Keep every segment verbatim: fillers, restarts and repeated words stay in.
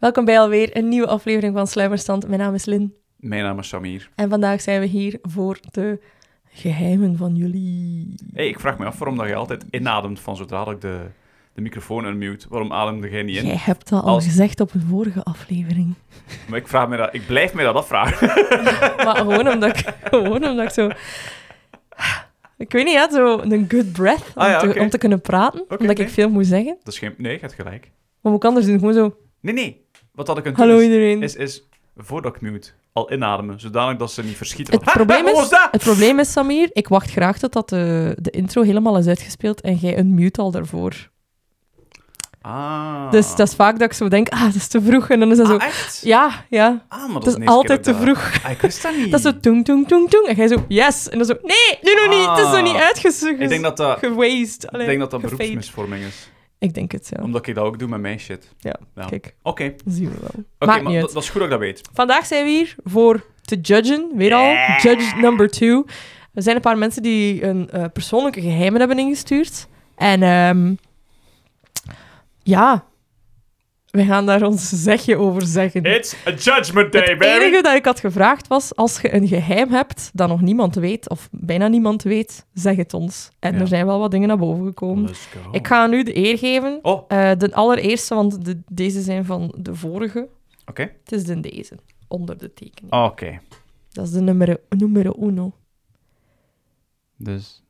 Welkom bij alweer een nieuwe aflevering van Sluimerstand. Mijn naam is Lynn. Mijn naam is Samir. En vandaag zijn we hier voor de geheimen van jullie. Hey, ik vraag me af waarom dat je altijd inademt van zodra ik de, de microfoon unmute. Waarom ademde jij niet in? Jij hebt dat al Als... gezegd op een vorige aflevering. Maar ik, vraag me dat, ik blijf me dat afvragen. Maar gewoon omdat ik, gewoon omdat ik zo... Ik weet niet, ja, zo een good breath om, Ah, ja, te, okay. om te kunnen praten. Okay, omdat nee. ik veel moet zeggen. Dat is geen... Nee, je hebt gelijk. Maar hoe kan anders doen? Gewoon zo... Nee, nee. Wat had ik een Hallo iedereen. is, is voordat ik mute al inademen, zodanig dat ze niet verschieten. Het probleem, Wat was is, dat? het probleem is, Samir, ik wacht graag totdat de, de intro helemaal is uitgespeeld en jij een mute al daarvoor. Ah. Dus dat is vaak dat ik zo denk, ah, dat is te vroeg. En dan is dat zo... Ah, echt? Ja, ja. Ah, maar dat, Dat is, is de eerste altijd keer te dat ik vroeg. dat- Ah, ik wist dat niet. Dat is zo toeng, toeng, toeng, toeng. En jij zo, yes. En dan zo, nee, nu nog niet. Het is nog niet Ah. uitgezogen. Ik denk dat dat, Gewasted. ik Allee, denk dat, dat gefade. beroepsmisvorming is. Ik denk het, ja. Omdat ik dat ook doe met mijn shit. Ja, Ja. kijk. Oké. Oké, Zien we wel. maar Maakt niet dat, uit. dat is goed dat ik dat weet. Vandaag zijn we hier voor te judgen. Weer al. Yeah. Judge number two. Er zijn een paar mensen die een uh, persoonlijke geheimen hebben ingestuurd. En um, ja... We gaan daar ons zegje over zeggen. It's a judgment day, Het baby! enige dat ik had gevraagd was, als je een geheim hebt dat nog niemand weet, of bijna niemand weet, zeg het ons. En Ja. er zijn wel wat dingen naar boven gekomen. Let's go. Ik ga nu de eer geven. Oh, oké. Uh, de allereerste, want de, deze zijn van de vorige. Okay. Het is de deze, onder de tekening. Oké. Okay. Dat is de nummer, nummer uno. Dus...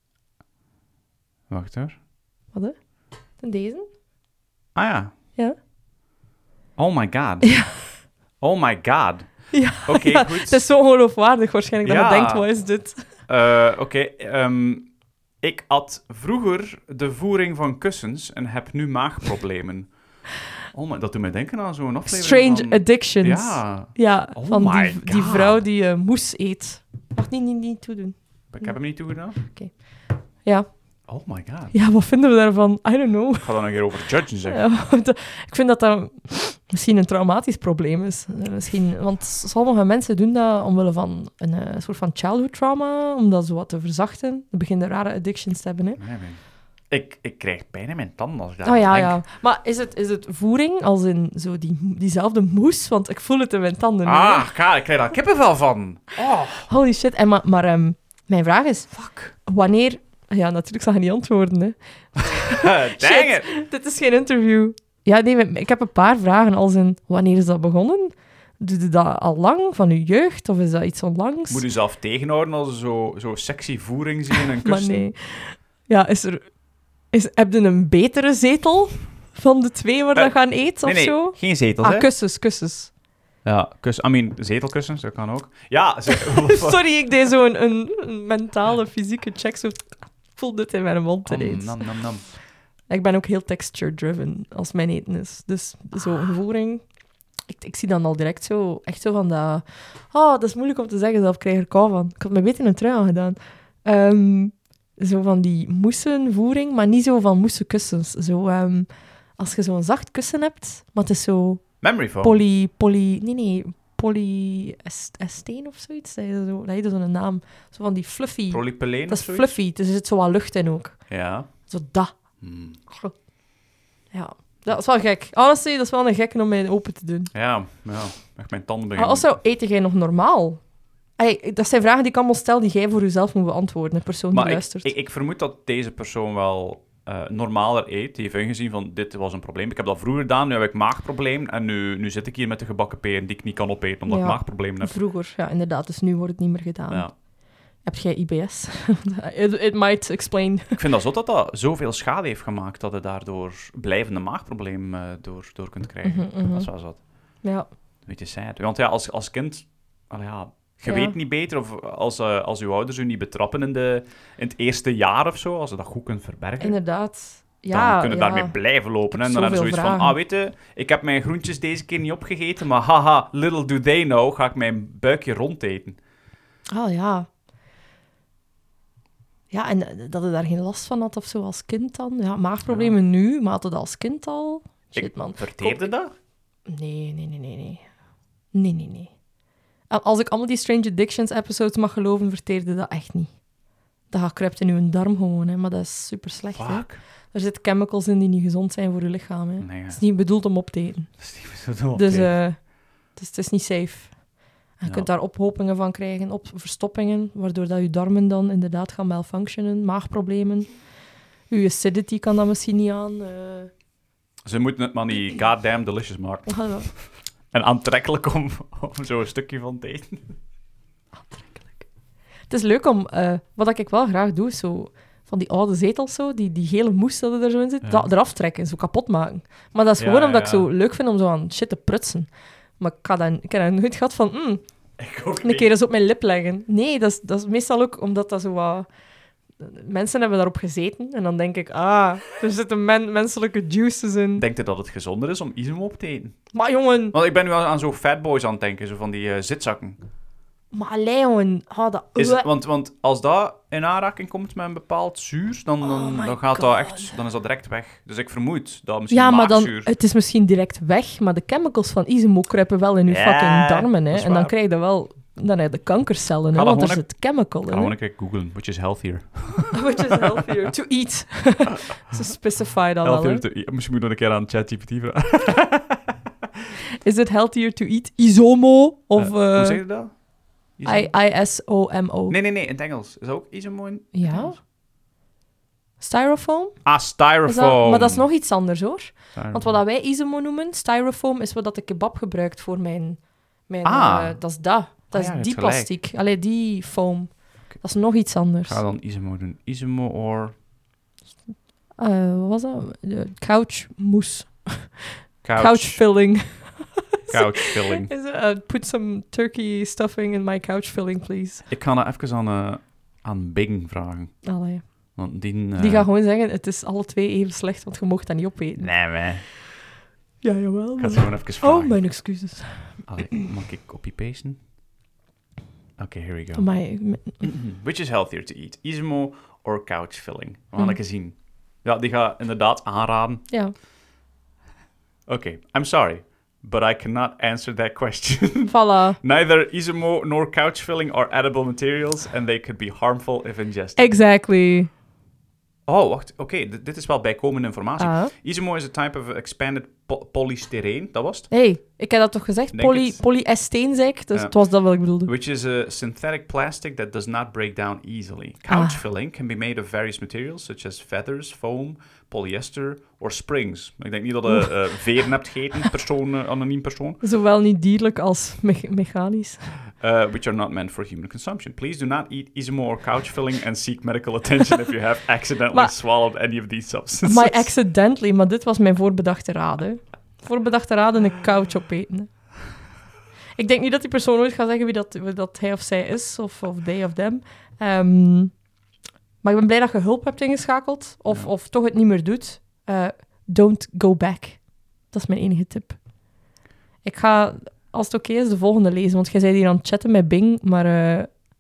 Wacht hoor. Wat, hè? De deze? Ah ja. Ja. Oh my god. Ja. Oh my god. Ja, Oké, okay, ja, goed. het is zo ongeloofwaardig waarschijnlijk dat Ja. je denkt, wat is dit? Uh, Oké, okay, um, ik had vroeger de voering van kussens en heb nu maagproblemen. Oh my, dat doet mij denken aan zo'n aflevering Strange van... Addictions. Ja. Ja, Oh van my die, die God. vrouw die uh, moes eet. Wacht, niet, niet, niet toedoen. Ik heb hem niet toegedaan. Ja. Oh my god. Ja, wat vinden we daarvan? I don't know. Ik ga dan een keer over judgen zeggen. Ja, dat- ik vind dat dat misschien een traumatisch probleem is. Eh, Misschien, want sommige mensen doen dat omwille van een eh, soort van childhood trauma, om dat zo wat te verzachten. Ze beginnen rare addictions te hebben. Hè. Nee, nee. Ik, ik krijg pijn in mijn tanden als ik daar Oh ja, aan denk. ja. Maar is het, is het voering als in zo die, diezelfde moes? Want ik voel het in mijn tanden. nu, hè. Ah, ga, ik krijg daar kippenvel van. Oh, Holy shit. En maar maar ehm, mijn vraag is, fuck. wanneer... Ja, natuurlijk zal je niet antwoorden, hè. Dang Shit. it. Dit is geen interview. Ja, nee, ik heb een paar vragen als in, wanneer is dat begonnen? Doe je dat al lang, van je jeugd, of is dat iets onlangs? Moet je zelf tegenhouden als je zo, zo sexy voering zien en Maar kussen? nee. Ja, is er... Is, heb je een betere zetel van de twee waar Eh, dat gaan eten, Nee, of nee, zo? geen zetels, Ah, hè? kussens, kussens. Ja, kus, I mean, zetelkussens, dat kan ook. Ja, ze, Sorry, ik deed zo een, een, een mentale, fysieke check, zo... Ik voel dit in mijn mond Nam, ineens. nam, nam, nam. Ik ben ook heel texture-driven als mijn eten is. Dus zo'n voering... Ik, ik zie dan al direct zo, echt zo van dat... Oh, dat is moeilijk om te zeggen, zelf krijg ik er kou van. Ik had me beter een trui aangedaan. Ehm zo van die moessenvoering, maar niet zo van moessenkussens. Zo, ehm, als je zo'n zacht kussen hebt, maar het is zo Memory foam. poly... poly nee, nee, polyesteen of zoiets. Dat heet zo- dat heet zo'n naam. Zo van die fluffy... Polypropyleen Dat of is zoiets? fluffy, dus er zit zo wat lucht in ook. Ja. Zo dat. Hmm. Ja, dat is wel gek. Honestly, dat is wel een gek om mij open te doen. Ja, ja. Echt mijn tanden Maar beginnen. also, eet jij nog normaal? Ay, dat zijn vragen die ik allemaal stel die jij voor jezelf moet beantwoorden, de persoon die Maar ik, luistert. ik, ik vermoed dat deze persoon wel uh, normaler eet. Die heeft ingezien van, dit was een probleem. Ik heb dat vroeger gedaan, nu heb ik maagprobleem. En nu, nu zit ik hier met de gebakken peren die ik niet kan opeten, omdat Ja. ik maagproblemen heb. Vroeger, ja, inderdaad. Dus nu wordt het niet meer gedaan. Ja. Heb jij I B S? it, it might explain. Ik vind dat zo dat dat zoveel schade heeft gemaakt, dat je daardoor blijvende maagprobleem uh, door, door kunt krijgen. Mhm, mhm. Dat is wel zat. Ja. Een beetje sad. Want ja, als, als kind... Allee, ja, je Ja. weet niet beter, of als, uh, als uw ouders u niet betrappen in, de, in het eerste jaar of zo, als ze dat goed kunt verbergen, Inderdaad. Ja, dan kunnen we ja. daarmee blijven lopen. Hè? En dan Zoveel hebben ze zoiets van, vragen. ah, weet je, ik heb mijn groentjes deze keer niet opgegeten, maar haha, little do they know, ga ik mijn buikje rondeten. Oh, ja. Ja, en eh, dat je daar geen last van had of zo als kind dan. Ja, maagproblemen nu, maar had je dat als kind al? Shit, Ik man. verteerde dat? Nee, nee, nee, nee, nee. Nee, nee, nee. Als ik allemaal die Strange Addictions episodes mag geloven, verteerde dat echt niet. dat kruipt in je darm gewoon, hè. Maar dat is super slecht. Hè. Fuck. Er zitten chemicals in die niet gezond zijn voor je lichaam. Hè. Nee, ja. Het is niet bedoeld om op te eten. Dat is niet bedoeld. Dus Oké. eh, het, is, het is niet safe. En je Ja. kunt daar ophopingen van krijgen, op verstoppingen, waardoor dat je darmen dan inderdaad gaan malfunctionen, maagproblemen. Je acidity kan dat misschien niet aan. eh. Ze moeten het maar niet goddamn delicious maken. Ah, En aantrekkelijk om, om zo'n stukje van te eten. Het is leuk om, eh, wat ik wel graag doe, is zo van die oude zetels, zo, die, die gele moes dat er zo in zit, Ja. dat eraf trekken, zo kapot maken. Maar dat is Ja, gewoon omdat ik ja. zo leuk vind om zo aan shit te prutsen. Maar ik, ga dat, ik heb dat nooit gehad van, mm, Ik ook een keer eens op mijn lip leggen. Nee, dat is, dat is meestal ook omdat dat zo wat... Mensen hebben daarop gezeten en dan denk ik, ah, er zitten men, menselijke juices in. Denk je dat het gezonder is om Izumo op te eten? Maar jongen, Want ik ben nu aan, aan zo'n fatboys aan het denken, zo van die eh, zitzakken. maar allee jongen, ah, dat... Is, want, want als dat in aanraking komt met een bepaald zuur, dan, dan, Oh my dan gaat dat God. echt, dan is dat direct weg. Dus ik vermoed dat misschien Ja, maar dan, maagzuur... het is misschien direct weg, maar de chemicals van Izumo kruipen wel in je Ja, fucking darmen, hè. dat is En dan waar. krijg je wel... Dan heb je de kankercellen, hè, Ga dat want er gewoon zit chemical Ik in. ga hè. gewoon een keer googlen, which is healthier. Which is healthier to eat. Ze specify dat wel, Healthier hè. to eat. Misschien moet ik nog een keer aan ChatGPT vragen. Is it healthier to eat Isomo of... Eh, Hoe eh, zeg je dat? Izumo? I S O M O? Nee, nee, nee, in het Engels. Is dat ook Izumo in het Ja. Engels? Styrofoam? Ah, Is styrofoam. dat, maar dat is nog iets anders, hoor. Styrofoam. Want wat dat wij Isomo noemen, styrofoam, is wat dat de kebab gebruikt voor mijn... mijn Ah. eh, dat is dat. Dat Ah ja, is je die hebt gelijk. plastiek. Allee, die foam. Dat is nog iets anders. Ik ga dan Izumo doen. Izumo or Eh, wat was dat? De couch mousse. couch, Couch filling. couch filling. Is it, uh, put some turkey stuffing in my couch filling, please. Ik ga dat even aan, eh, aan Bing vragen. Allee. Want die... eh, Die gaat gewoon zeggen, het is alle twee even slecht, want je mocht dat niet opeten. Nee, man. Ja, jawel. Ik ga het gewoon even vragen. Oh, mijn excuses. Allee, mag ik copy-pasten? Oké, here we go. Maar, Which is healthier to eat? Izumo or couch filling? We gaan Hmm. lekker zien. Ja, die gaat inderdaad aanraden. ja, Oké, I'm sorry, but I cannot answer that question. voilà. Neither Izumo nor couch filling are edible materials, and they could be harmful if ingested. Exactly. Oh, wacht. Oké, d- dit is wel bijkomende informatie. Ah. Izumo is a type of expanded po- polystyrene, dat was het. hey, ik heb dat toch gezegd? Denk Poly, het. polyesteen, zei ik. Dus Ja. het was dat wat ik bedoelde. Which is a synthetic plastic that does not break down easily. Couch Ah. filling can be made of various materials, such as feathers, foam, polyester or springs. Ik denk niet dat je uh, veren hebt gegeten, persoon, uh, anoniem persoon. Zowel niet dierlijk als me- mechanisch. Uh, which are not meant for human consumption. Please do not eat Izumo or couch filling and seek medical attention if you have accidentally Maar- swallowed any of these substances. My accidentally, maar dit was mijn voorbedachte raden. Voorbedachte raden een couch opeten. Hè. Ik denk niet dat die persoon ooit gaat zeggen wie dat, wie dat hij of zij is, of, of they of them. Ehm, maar ik ben blij dat je hulp hebt ingeschakeld, of, Ja. of toch het niet meer doet. Uh, don't go back. Dat is mijn enige tip. Ik ga, als het oké is, de volgende lezen, want jij bent hier aan het chatten met Bing, maar... Uh...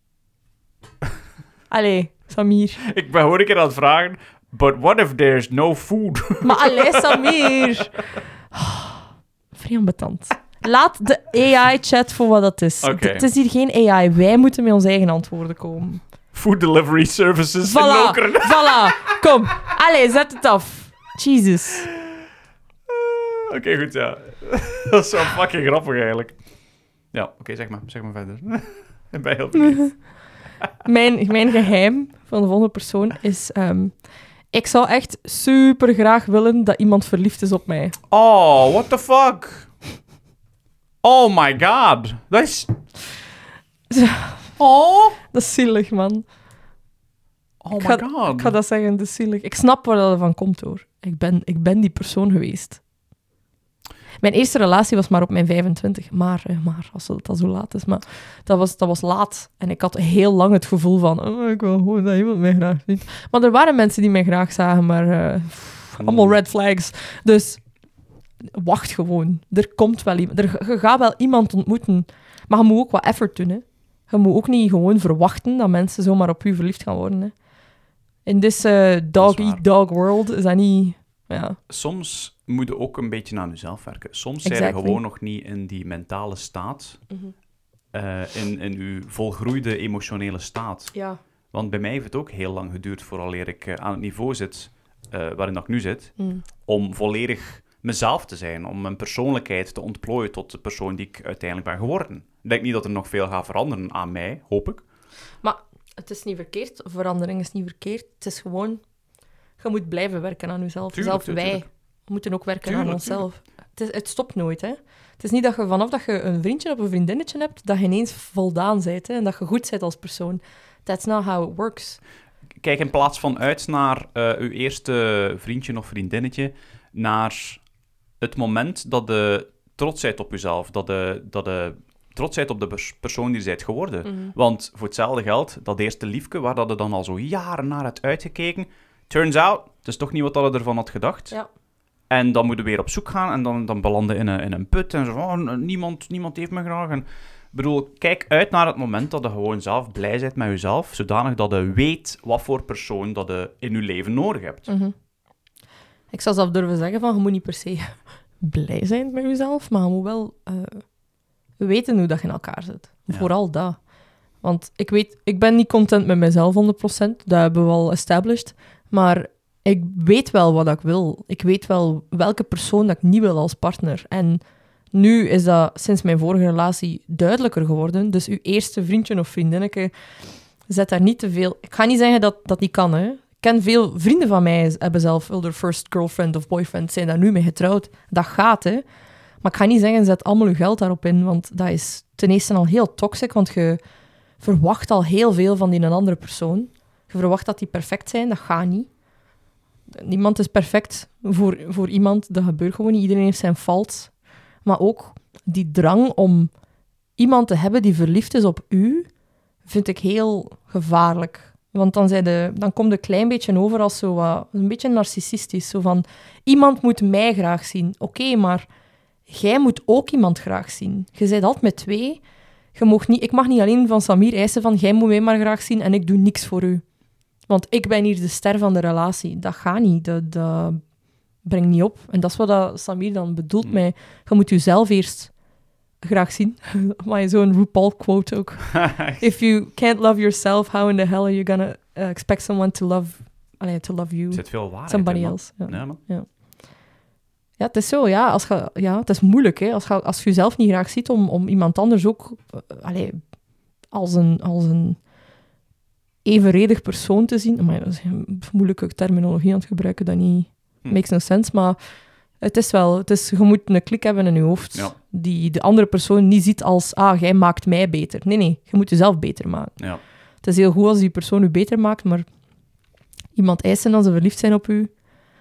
Allee, Samir. Ik ben gewoon een keer aan het vragen, but what if there's no food? Maar allee, Samir. Oh, vrij ambetant. Laat de A I-chat voor wat dat is. Oké. Het is hier geen A I. Wij moeten met onze eigen antwoorden komen. Food delivery services in Voilà, Lokeren. voilà. Kom. Allee, zet het af. Jesus. Oké, goed, ja. Dat is wel fucking grappig, eigenlijk. Ja, oké, zeg maar. Zeg maar verder. Ik ben heel benieuwd. Mijn, mijn geheim van de volgende persoon is... ehm, ik zou echt super graag willen dat iemand verliefd is op mij. Oh, what the fuck? Oh my god. Dat is... Oh. Dat is zielig, man. Oh Ik my ga, god. ik ga dat zeggen, dat is zielig. Ik snap waar dat van komt, hoor. Ik ben, ik ben die persoon geweest. Mijn eerste relatie was maar op mijn vijfentwintig. Maar, eh, maar als het al zo laat is. Maar dat was, dat was laat. En ik had heel lang het gevoel van... Oh, ik wil gewoon dat iemand mij graag ziet. Maar er waren mensen die mij graag zagen, maar... eh, pff, allemaal red flags. Dus wacht gewoon. Er komt wel iemand. Er, je gaat wel iemand ontmoeten. Maar je moet ook wat effort doen, hè. Je moet ook niet gewoon verwachten dat mensen zomaar op u verliefd gaan worden, hè. In deze uh, dog-eat-dog world is dat niet... Ja. Soms moet je ook een beetje aan jezelf werken. Soms zijn je Exactly. gewoon nog niet in die mentale staat. Mhm. eh, in, in je volgroeide emotionele staat. Ja. Want bij mij heeft het ook heel lang geduurd vooraleer ik uh, aan het niveau zit uh, waarin dat ik nu zit, Mm. om volledig mezelf te zijn, om mijn persoonlijkheid te ontplooien tot de persoon die ik uiteindelijk ben geworden. Ik denk niet dat er nog veel gaat veranderen aan mij, hoop ik. Maar het is niet verkeerd. Verandering is niet verkeerd. Het is gewoon... Je moet blijven werken aan jezelf. Tuurlijk, Zelf wij tuurlijk. moeten ook werken Tuurlijk, aan onszelf. Het, is, het stopt nooit, hè. Het is niet dat je vanaf dat je een vriendje of een vriendinnetje hebt, dat je ineens voldaan bent, hè, en dat je goed bent als persoon. That's not how it works. Kijk in plaats van uit naar uh, uw eerste vriendje of vriendinnetje, naar het moment dat de trots bent op jezelf, dat de, dat de trots bent op de pers- persoon die je bent geworden. Mm-hmm. Want voor hetzelfde geld, dat eerste liefke, waar dat je dan al zo jaren naar hebt uitgekeken, turns out, het is toch niet wat dat je ervan had gedacht. Ja. En dan moet je weer op zoek gaan en dan, dan belanden in een, in een put en zo, oh, niemand, niemand heeft me graag. En, ik bedoel, kijk uit naar het moment dat je gewoon zelf blij bent met jezelf, zodanig dat je weet wat voor persoon dat je in je leven nodig hebt. Mm-hmm. Ik zou zelf durven zeggen van, je moet niet per se blij zijn met jezelf, maar je moet wel uh, weten hoe dat je in elkaar zit. Ja. Vooral dat. Want ik weet, ik ben niet content met mezelf honderd procent, dat hebben we al established, maar ik weet wel wat ik wil. Ik weet wel welke persoon dat ik niet wil als partner. En nu is dat sinds mijn vorige relatie duidelijker geworden. Dus uw eerste vriendje of vriendinnetje, zet daar niet te veel... Ik ga niet zeggen dat dat niet kan, hè. Ik ken veel vrienden van mij, hebben zelf their first girlfriend of boyfriend, zijn daar nu mee getrouwd. Dat gaat, hè. Maar ik ga niet zeggen, zet allemaal uw geld daarop in, want dat is ten eerste al heel toxic, want je verwacht al heel veel van die een andere persoon. Je verwacht dat die perfect zijn, dat gaat niet. Niemand is perfect voor, voor iemand, dat gebeurt gewoon niet. Iedereen heeft zijn faults. Maar ook die drang om iemand te hebben die verliefd is op u, vind ik heel gevaarlijk. Want dan, zei de, dan komt het een klein beetje over als zo wat, een beetje narcistisch. Zo van, iemand moet mij graag zien. Oké, okay, maar jij moet ook iemand graag zien. Je bent altijd met twee. Je mag niet, ik mag niet alleen van Samir eisen van, jij moet mij maar graag zien en ik doe niks voor u. Want ik ben hier de ster van de relatie. Dat gaat niet. Dat, dat brengt niet op. En dat is wat dat Samir dan bedoelt Mm. met... Je moet jezelf eerst graag zien. Maar zo'n RuPaul-quote ook. If you can't love yourself, how in the hell are you gonna uh, expect someone to love, allee, to love you? Er zit veel waarheid Somebody in, man. else. Ja. Ja, man. Ja, het is zo, ja. Als je, ja het is moeilijk, hè. Als je, als je jezelf niet graag ziet, om, om iemand anders ook uh, allee, als een... Als een evenredig persoon te zien. Maar dat is een moeilijke terminologie aan het gebruiken, dat niet Hm. makes no sense, maar het is wel, het is, je moet een klik hebben in je hoofd, Ja. die de andere persoon niet ziet als, ah, jij maakt mij beter. Nee, nee, je moet jezelf beter maken. Ja. Het is heel goed als die persoon u beter maakt, maar iemand eisen als ze verliefd zijn op u,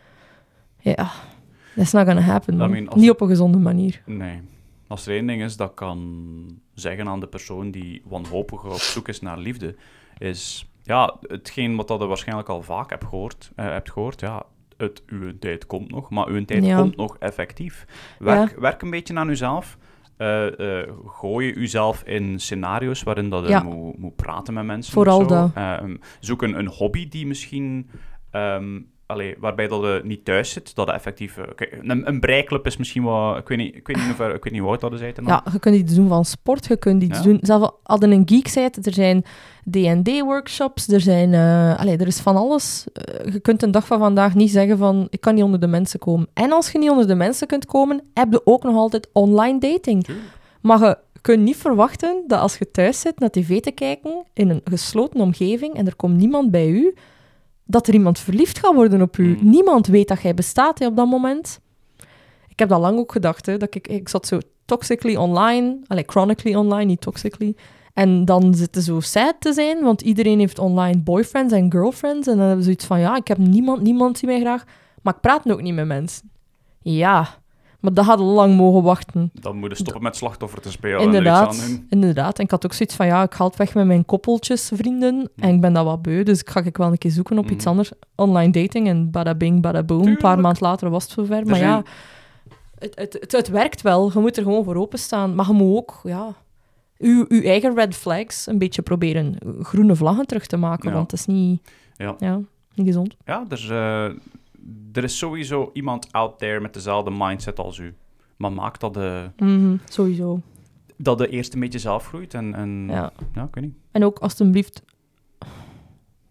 ja, that's not gonna happen, man. I mean, als Niet het- op een gezonde manier. Nee. Als er één ding is dat ik kan zeggen aan de persoon die wanhopig op zoek is naar liefde, is, ja, hetgeen wat dat je waarschijnlijk al vaak hebt gehoord, uh, hebt gehoord, ja, het, uw tijd komt nog, maar uw tijd Ja. komt nog effectief. Werk, werk een beetje aan uzelf. Uh, uh, gooi je uzelf in scenario's waarin dat je Ja. moet, moet praten met mensen. Vooral of zo. dat. Uh, um, zoek een, een hobby die misschien... Um, Allee, waarbij dat je niet thuis zit, dat je effectief... Uh, kijk, een, een breiklub is misschien wat... Ik weet niet, ik weet niet, hoe, ver, ik weet niet hoe oud dat je zei. Ja, je kunt iets doen van sport, je kunt iets Ja. doen... Zelfs al een geek-site, er zijn D en D-workshops, er zijn... Uh, allee, er is van alles. Uh, je kunt een dag van vandaag niet zeggen van, ik kan niet onder de mensen komen. En als je niet onder de mensen kunt komen, heb je ook nog altijd online dating. Tuurlijk. Maar je kunt niet verwachten dat als je thuis zit naar tv te kijken, in een gesloten omgeving, en er komt niemand bij u, dat er iemand verliefd gaat worden op u. Mm. Niemand weet dat jij bestaat hè, op dat moment. Ik heb dat lang ook gedacht. Hè, dat ik, ik zat zo toxically online, allee, chronically online, niet toxically. En dan zitten zo sad te zijn, want iedereen heeft online boyfriends en girlfriends. En dan hebben ze zoiets van, ja, ik heb niemand, niemand die mij graag... Maar ik praat ook niet met mensen. Ja, maar dat had lang mogen wachten. Dan moet je stoppen met slachtoffer te spelen. En er iets Inderdaad, aan doen. inderdaad. En ik had ook zoiets van, ja, ik ga het weg met mijn koppeltjes, vrienden. En ik ben dat wat beu, dus ik ga ik wel een keer zoeken op iets Mhm. anders. Online dating en bada bing, bada boom. Een paar Tuurlijk. maanden later was het zover. Er Maar zijn- ja, het, het, het, het werkt wel. Je moet er gewoon voor openstaan. Maar je moet ook, ja, je, je eigen red flags een beetje proberen groene vlaggen terug te maken. Ja. Want het is niet, Ja. ja, niet gezond. Ja, er is, uh, er is sowieso iemand out there met dezelfde mindset als u. Maar maak dat de, Mhm, sowieso. dat de eerst een beetje zelf groeit. En, en Ja. ja, ik weet niet. En ook, alstublieft,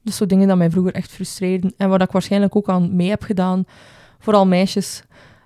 Dus zo dingen dat mij vroeger echt frustreerden. En wat ik waarschijnlijk ook aan mee heb gedaan, vooral meisjes,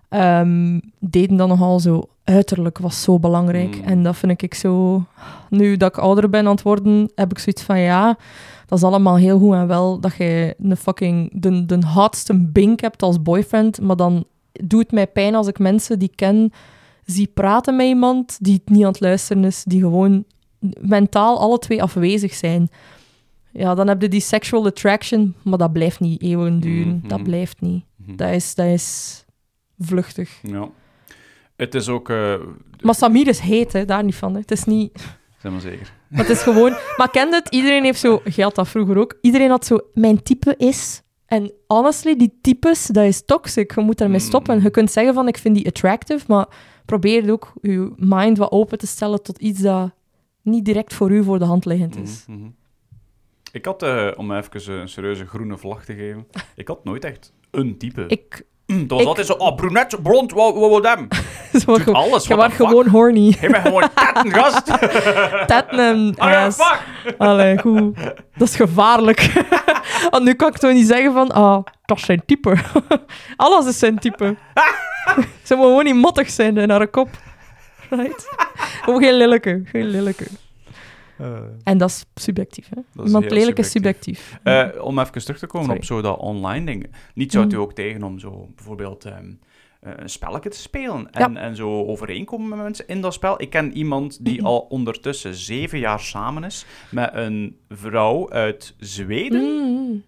um, deden dan nogal zo... Uiterlijk was zo belangrijk. Mm. En dat vind ik zo... Nu dat ik ouder ben aan het worden, heb ik zoiets van ja... Dat is allemaal heel goed en wel dat je een fucking... De, de hotste bink hebt als boyfriend, maar dan doet het mij pijn als ik mensen die ik ken zie praten met iemand die het niet aan het luisteren is, die gewoon mentaal alle twee afwezig zijn. Ja, dan heb je die sexual attraction, maar dat blijft niet eeuwen duren. Mm-hmm. Dat blijft niet. Mm-hmm. Dat is, dat is vluchtig. Ja. Het is ook... Uh, maar Samir is heet, hè, daar niet van. Hè. Het is niet... Zeg maar zeker. Maar het is gewoon... Maar ken het? Iedereen heeft zo... Je had dat vroeger ook. Iedereen had zo... Mijn type is... En honestly, die types, dat is toxic. Je moet daarmee stoppen. Mm. Je kunt zeggen van, ik vind die attractive, maar probeer ook je mind wat open te stellen tot iets dat niet direct voor u voor de hand liggend is. Mm-hmm. Ik had, uh, om even een serieuze groene vlag te geven, ik had nooit echt een type. Ik... Dat was ik, altijd zo, oh, brunet, blond, wat wil hem? Doet gewoon, alles, je was gewoon horny. Je bent gewoon tetten, gast. Tetten en Oh ja, ass. fuck. Allee, goed. Dat is gevaarlijk. Want nu kan ik toch niet zeggen van, ah, dat is zijn type. Alles is zijn type. Ze moet gewoon niet mottig zijn in haar kop. Right? Gewoon geen lelijke. Geen lelijke. Uh, en dat is subjectief, hè? Iemand lelijk is subjectief. Uh, om even terug te komen Sorry. op zo dat online ding. Niet zou het u ook tegen om zo bijvoorbeeld um, uh, een spelletje te spelen en, ja. en zo overeenkomen met mensen in dat spel. Ik ken iemand die al ondertussen zeven jaar samen is met een vrouw uit Zweden. Mm.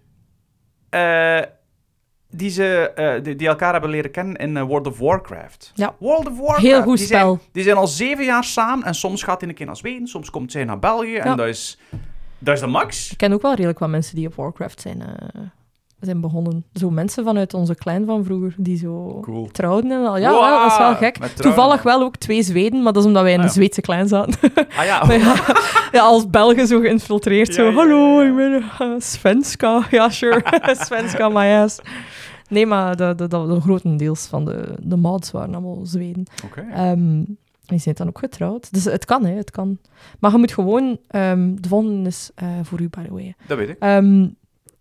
Uh, Die, ze, uh, die, die elkaar hebben leren kennen in uh, World of Warcraft. Ja. World of Warcraft. Heel goed die spel. Zijn, die zijn al zeven jaar samen en soms gaat hij een keer naar Zweden, soms komt zij naar België ja. en dat is, dat is de max. Ik ken ook wel redelijk wat mensen die op Warcraft zijn, uh, zijn begonnen. Zo mensen vanuit onze clan van vroeger, die zo cool. trouwden en al. Ja, wow, wel, dat is wel gek. Toevallig wel ook twee Zweden, maar dat is omdat wij in ah, ja. de Zweedse clan zaten. Ah ja. maar ja, ja, als Belgen zo geïnfiltreerd. Ja, zo, ja, hallo, ja, ja. ik ben uh, Svenska. Ja, sure. Svenska, my ass. Nee, maar de, de, de, de grotendeels van de, de mods waren allemaal Zweden. Okay. Um, die zijn dan ook getrouwd. Dus het kan, hè. Het kan. Maar je moet gewoon... Um, de volgende is uh, voor u, by the way. Dat weet ik. Um,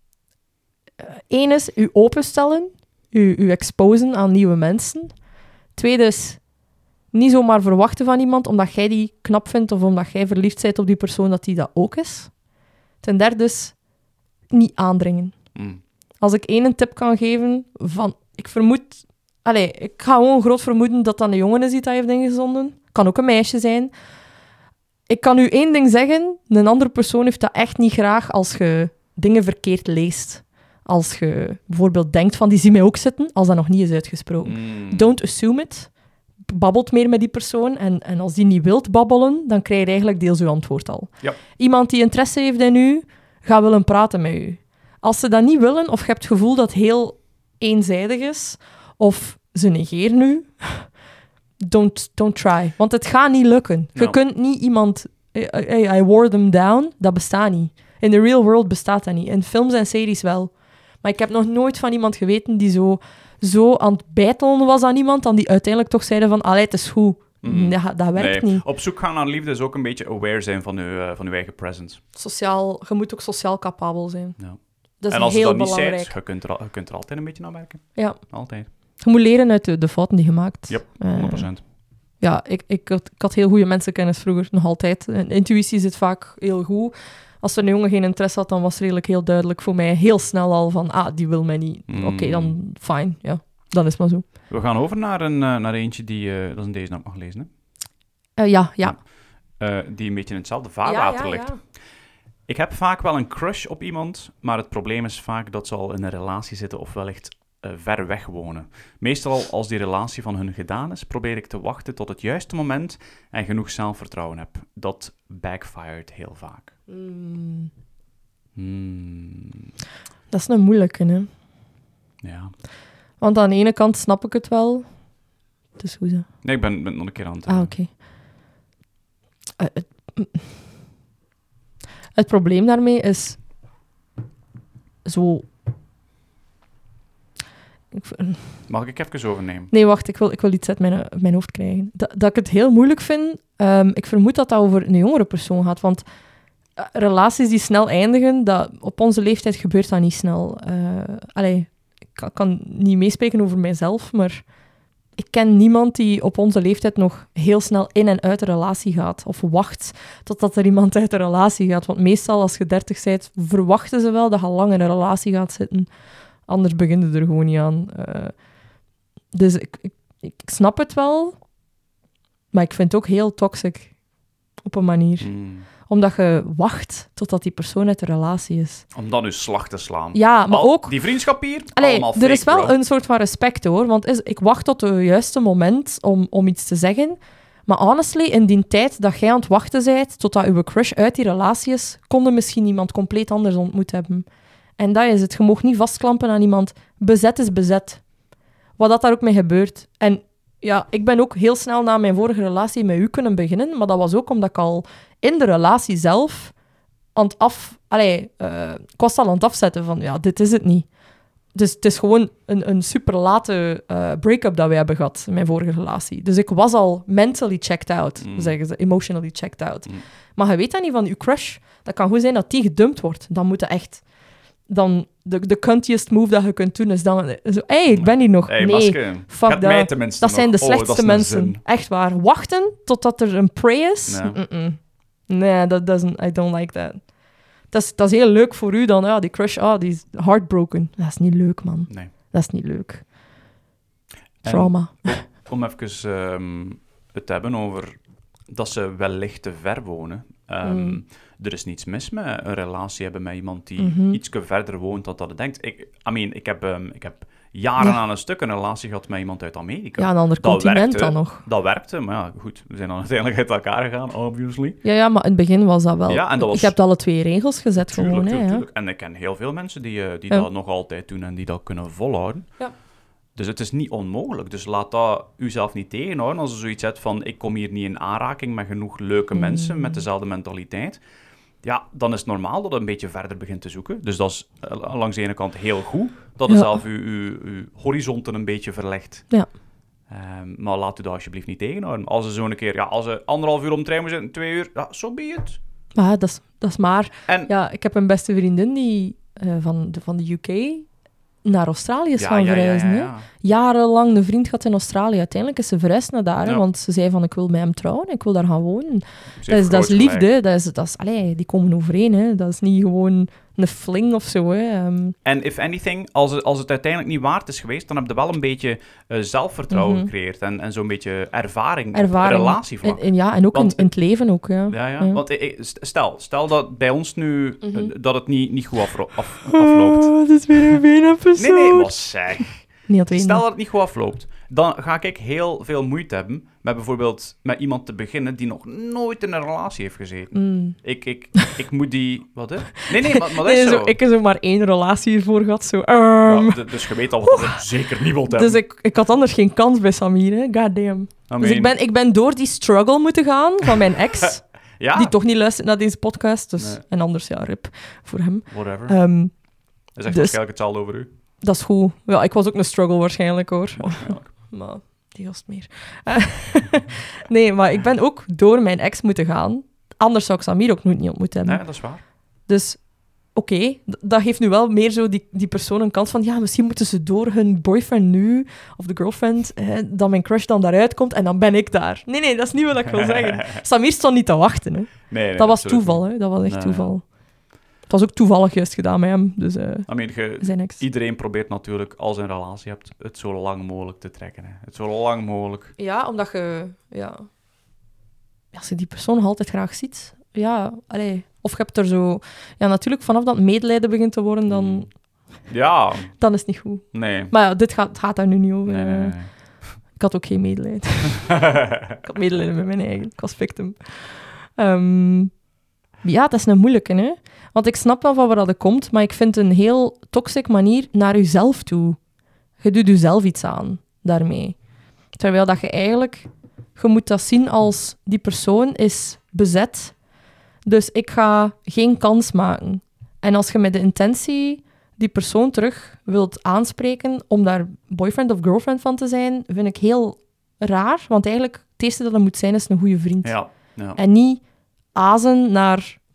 Eén is u openstellen. U, u exposen aan nieuwe mensen. Tweede is niet zomaar verwachten van iemand omdat jij die knap vindt of omdat jij verliefd bent op die persoon dat die dat ook is. Ten derde is niet aandringen. Mm. Als ik één tip kan geven van... Ik vermoed... Allee, ik ga gewoon groot vermoeden dat dat een jongen is die dat heeft ingezonden. Kan ook een meisje zijn. Ik kan u één ding zeggen. Een andere persoon heeft dat echt niet graag als je dingen verkeerd leest. Als je bijvoorbeeld denkt van, die zie mij ook zitten, als dat nog niet is uitgesproken. Mm. Don't assume it. Babbelt meer met die persoon. En, en als die niet wilt babbelen, dan krijg je eigenlijk deels uw antwoord al. Ja. Iemand die interesse heeft in u, gaat willen praten met u. Als ze dat niet willen, of je hebt het gevoel dat het heel eenzijdig is, of ze negeren u, don't, don't try. Want het gaat niet lukken. Je no. kunt niet iemand... Hey, I wore them down. Dat bestaat niet. In de real world bestaat dat niet. In films en series wel. Maar ik heb nog nooit van iemand geweten die zo, zo aan het bijtelen was aan iemand, dan die uiteindelijk toch zeiden van, allee, het is goed. Mm-hmm. Ja, dat werkt nee. niet. Op zoek gaan naar liefde is ook een beetje aware zijn van je, uh, van je eigen presence. Sociaal, je moet ook sociaal capabel zijn. Ja. Dat is en als heel je dat belangrijk. niet bent, je kunt, er, je kunt er altijd een beetje naar werken. Ja. Altijd. Je moet leren uit de, de fouten die je maakt. Ja, honderd procent. Uh, ja, ik, ik, had, ik had heel goede mensenkennis vroeger, nog altijd. En intuïtie zit vaak heel goed. Als er een jongen geen interesse had, dan was het redelijk heel duidelijk voor mij heel snel al van, ah, die wil mij niet. Mm. Oké, okay, dan fijn. Ja, dan is het maar zo. We gaan over naar, een, uh, naar eentje die, uh, dat is in deze naam mag lezen, hè? Uh, ja, ja. Uh, die een beetje in hetzelfde vaarwater ja, ja, ligt. Ja. Ik heb vaak wel een crush op iemand, maar het probleem is vaak dat ze al in een relatie zitten of wellicht uh, ver weg wonen. Meestal als die relatie van hun gedaan is, probeer ik te wachten tot het juiste moment en genoeg zelfvertrouwen heb. Dat backfired heel vaak. Mm. Hmm. Dat is een moeilijke, hè? Ja. Want aan de ene kant snap ik het wel. Dus hoe zo? Nee, ik ben, ben nog een keer aan het... Ah, oké. Okay. Uh, het, het probleem daarmee is... Zo... Ik, Mag ik even overnemen? Nee, wacht. Ik wil, ik wil iets uit mijn, mijn hoofd krijgen. Dat, dat ik het heel moeilijk vind... Um, ik vermoed dat dat over een jongere persoon gaat, want... uh, relaties die snel eindigen, dat, op onze leeftijd gebeurt dat niet snel. Uh, allee, ik kan, kan niet meespreken over mijzelf, maar ik ken niemand die op onze leeftijd nog heel snel in en uit de relatie gaat. Of wacht totdat er iemand uit de relatie gaat. Want meestal, als je dertig bent, verwachten ze wel dat je lang in een relatie gaat zitten. Anders begint het er gewoon niet aan. Uh, dus ik, ik, ik snap het wel, maar ik vind het ook heel toxic. Op een manier. Mm. Omdat je wacht totdat die persoon uit de relatie is. Om dan uw slag te slaan. Ja, maar Al, ook... Die vriendschap hier, Allee, allemaal fake, er is wel bro. een soort van respect, hoor. Want is, ik wacht tot het juiste moment om, om iets te zeggen. Maar honestly, in die tijd dat jij aan het wachten bent, totdat uw crush uit die relatie is, kon je misschien iemand compleet anders ontmoet hebben. En dat is het. Je mag niet vastklampen aan iemand. Bezet is bezet. Wat dat daar ook mee gebeurt. En ja, ik ben ook heel snel na mijn vorige relatie met u kunnen beginnen, maar dat was ook omdat ik al in de relatie zelf aan het af... Allee, uh, ik was al aan het afzetten van, ja, dit is het niet. Dus het is gewoon een, een super late uh, break-up dat we hebben gehad in mijn vorige relatie. Dus ik was al mentally checked out, Mm. zeggen ze, emotionally checked out. Mm. Maar je weet dat niet van je crush. Dat kan goed zijn dat die gedumpt wordt. Dan moet je echt... Dan de, de cuntiest move dat je kunt doen is dan... Zo, hé, hey, ik ben hier nog. Hey, nee, maske. fuck Gaat mij dat. tenminste Dat zijn de nog. Oh, dat slechtste is een mensen. zin. Echt waar. Wachten totdat er een prey is? Ja. Mm-mm. Nee, dat doesn't... I don't like that. Dat is, dat is heel leuk voor u dan. Ja, die crush, ah, die is heartbroken. Dat is niet leuk, man. Nee. Dat is niet leuk. En Trauma. Om even um, het te hebben over dat ze wellicht te ver wonen. Um, Mm. Er is niets mis met een relatie hebben met iemand die Mhm. iets verder woont dan dat het denkt. Ik, I mean, ik heb, um, ik heb jaren Ja. aan een stuk een relatie gehad met iemand uit Amerika. Ja, een ander Dat continent werkte. dan nog. Dat werkte, maar ja, goed. We zijn dan uiteindelijk uit elkaar gegaan, obviously. Ja, ja, maar in het begin was dat wel... Ja, en dat was- Je hebt alle twee regels gezet Tuurlijk, gewoon, tuurlijk, hè. Ja. tuurlijk. En ik ken heel veel mensen die, uh, die Ja. dat nog altijd doen en die dat kunnen volhouden. Ja. Dus het is niet onmogelijk. Dus laat dat uzelf niet tegenhouden als je zoiets hebt van ik kom hier niet in aanraking met genoeg leuke Mm. mensen met dezelfde mentaliteit. Ja, dan is het normaal dat het een beetje verder begint te zoeken. Dus dat is uh, langs de ene kant heel goed, dat je Ja. zelf uw, uw, uw horizonten een beetje verlegt. Ja. Um, maar laat u dat alsjeblieft niet tegenhouden. Als ze zo'n keer, ja, als ze anderhalf uur om de trein moet zitten, twee uur, ja, so be it. Maar dat is, dat is maar... En Ja, ik heb een beste vriendin die uh, van, de, van de U K naar Australië is ja, gaan ja, ja, verhuizen. ja, Hè? ja. Jarenlang een vriend gehad in Australië. Uiteindelijk is ze verhuisd naar daar, hè, Ja. want ze zei van ik wil met hem trouwen, ik wil daar gaan wonen. Ze Dat heeft is, dat is groot gelijk. liefde, dat is, dat is, allee, die komen overeen. Hè. Dat is niet gewoon een fling of zo. Hè. Um, En if anything, als het, als het uiteindelijk niet waard is geweest, dan heb je wel een beetje uh, zelfvertrouwen Mhm. gecreëerd en, en zo'n beetje ervaring, ervaring. op relatievlak. En, en ja, en ook Want- in, in het leven ook. Ja. Ja, ja. Ja. Want eh, eh, stel, stel dat bij ons nu, Mhm. uh, dat het niet, niet goed afro- af, afloopt. Oh, dat is weer een been-episode. Nee, nee, maar zeg. Niet aan het Stel weten. dat het niet goed afloopt, dan ga ik heel veel moeite hebben met bijvoorbeeld met iemand te beginnen die nog nooit in een relatie heeft gezeten. Mm. Ik, ik, ik moet die... Wat, hè? Nee, nee, maar, maar dat Nee, is zo, zo. ik heb zo maar één relatie hiervoor gehad. Zo, um. Ja, d- dus je weet al wat je zeker niet wilt hebben. Dus ik, ik had anders geen kans bij Samir. Hè. God damn. I Dus mean, ik ben, ik ben door die struggle moeten gaan van mijn ex, ja, die toch niet luistert naar deze podcast. Dus, Nee. En anders, ja, rip voor hem. whatever. Um, Dat is echt dus- waarschijnlijk hetzelfde over u. dat is goed. Ja, ik was ook een struggle waarschijnlijk, hoor. Waarschijnlijk. Maar die gast meer. Eh, nee, maar ik ben ook door mijn ex moeten gaan. Anders zou ik Samir ook nooit niet ontmoet hebben. Nee, dat is waar. Dus oké, d- dat geeft nu wel meer zo die, die persoon een kans van ja, misschien moeten ze door hun boyfriend nu, of de girlfriend, eh, dat mijn crush dan daaruit komt en dan ben ik daar. Nee, nee, dat is niet wat ik wil zeggen. Samir stond niet te wachten, hè. Nee, nee, Dat was absoluut toeval, niet. hè. Dat was echt Nee, toeval. Het was ook toevallig juist gedaan met hem, dus eh, I mean, je- zijn ex. iedereen probeert natuurlijk, als je een relatie hebt, het zo lang mogelijk te trekken. Hè. Het zo lang mogelijk. Ja, omdat je, ja... Als je die persoon nog altijd graag ziet, ja, allee... Of je hebt er zo... Ja, natuurlijk, vanaf dat medelijden begint te worden, dan, Mm. Ja, dan is het niet goed. nee. Maar ja, dit gaat, het gaat daar nu niet over. Nee, nee, eh. nee. Ik had ook geen medelijden. Ik had medelijden met mijn eigen. Ik was victim. Ehm, ja, dat is een moeilijke, hè. Want ik snap wel van waar dat komt, maar ik vind het een heel toxic manier naar jezelf toe. Je doet jezelf iets aan daarmee. Terwijl dat je eigenlijk... Je moet dat zien als die persoon is bezet. Dus ik ga geen kans maken. En als je met de intentie die persoon terug wilt aanspreken om daar boyfriend of girlfriend van te zijn, vind ik heel raar. Want eigenlijk, het eerste dat dat moet zijn, is een goede vriend. Ja, ja. En niet azen naar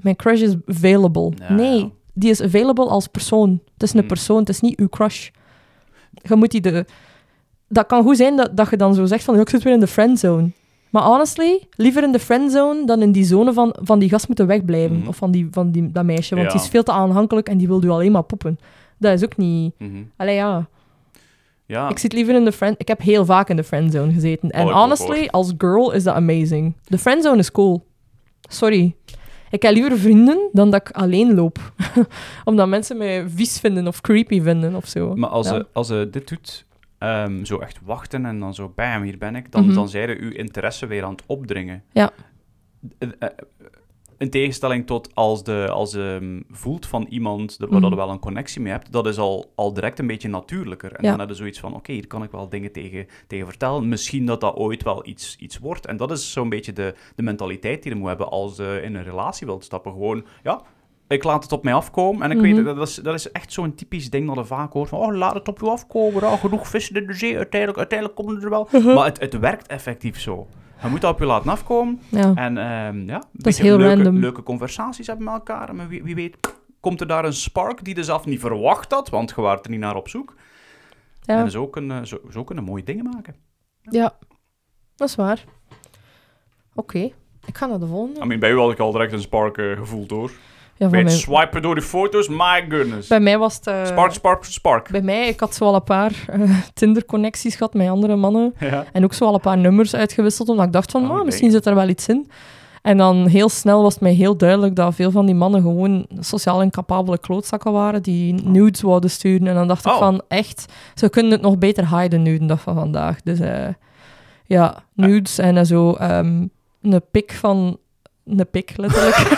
mijn crush is available. Ja, nee, ja. die is available als persoon. Het is een Mm. persoon, het is niet uw crush. Je moet die de... Dat kan goed zijn dat, dat je dan zo zegt van, ik zit weer in de friendzone. Maar honestly, liever in de friendzone dan in die zone van, van die gast moeten wegblijven. Mhm. Of van, die, van die, dat meisje, want Ja. die is veel te aanhankelijk en die wil u alleen maar poepen. Dat is ook niet... Mhm. Allee, ja. Ja. Ik zit liever in de friend... Ik heb heel vaak in de friendzone gezeten. En Oh, ik ook, honestly, hoor. als girl is dat amazing. De friendzone is cool. Sorry. Ik heb liever vrienden dan dat ik alleen loop. Omdat mensen mij vies vinden of creepy vinden of zo. Maar als, Ja. ze, als ze dit doet, ehm, zo echt wachten en dan zo, bam, hier ben ik, dan, Mhm. dan zijn uw interesse weer aan het opdringen. Ja. Eh, eh, In tegenstelling tot als de als je um, voelt van iemand waar Mhm. je wel een connectie mee hebt, dat is al, al direct een beetje natuurlijker. En Ja. dan heb je zoiets van, oké, hier kan ik wel dingen tegen, tegen vertellen. Misschien dat dat ooit wel iets, iets wordt. En dat is zo'n beetje de, de mentaliteit die je moet hebben als je in een relatie wilt stappen. Gewoon, ja, ik laat het op mij afkomen. En ik Mhm. weet, dat is, dat is echt zo'n typisch ding dat je vaak hoort van, oh, laat het op je afkomen. Ja, genoeg vissen in de zee, uiteindelijk, uiteindelijk komen ze er wel. Mhm. Maar het, het werkt effectief zo. Je moet dat op je laten afkomen. Ja. En ehm, ja, een is beetje heel leuke, random. leuke conversaties hebben met elkaar. En wie, wie weet, komt er daar een spark die je zelf niet verwacht had, want je waart er niet naar op zoek. Ja. En zo kunnen, zo, zo kunnen mooie dingen maken. Ja, dat is waar. Oké, ik ga naar de volgende. I mean, bij u had ik al direct een spark uh, gevoeld, hoor. Ja, Bij van het mij, swipen door de foto's, my goodness. bij mij was het... eh, Spark, spark, spark. Bij mij, ik had zo al een paar eh, Tinder-connecties gehad met andere mannen. Ja. En ook zo al een paar nummers uitgewisseld, omdat ik dacht van, Oh, oh, nee. misschien zit er wel iets in. En dan heel snel was het mij heel duidelijk dat veel van die mannen gewoon sociaal incapabele klootzakken waren, die nudes wouden sturen. En dan dacht ik Oh. van, echt, ze kunnen het nog beter hiden nu de dag van vandaag. Dus eh, ja, nudes en eh, zo ehm, een pik van... Een pik, letterlijk.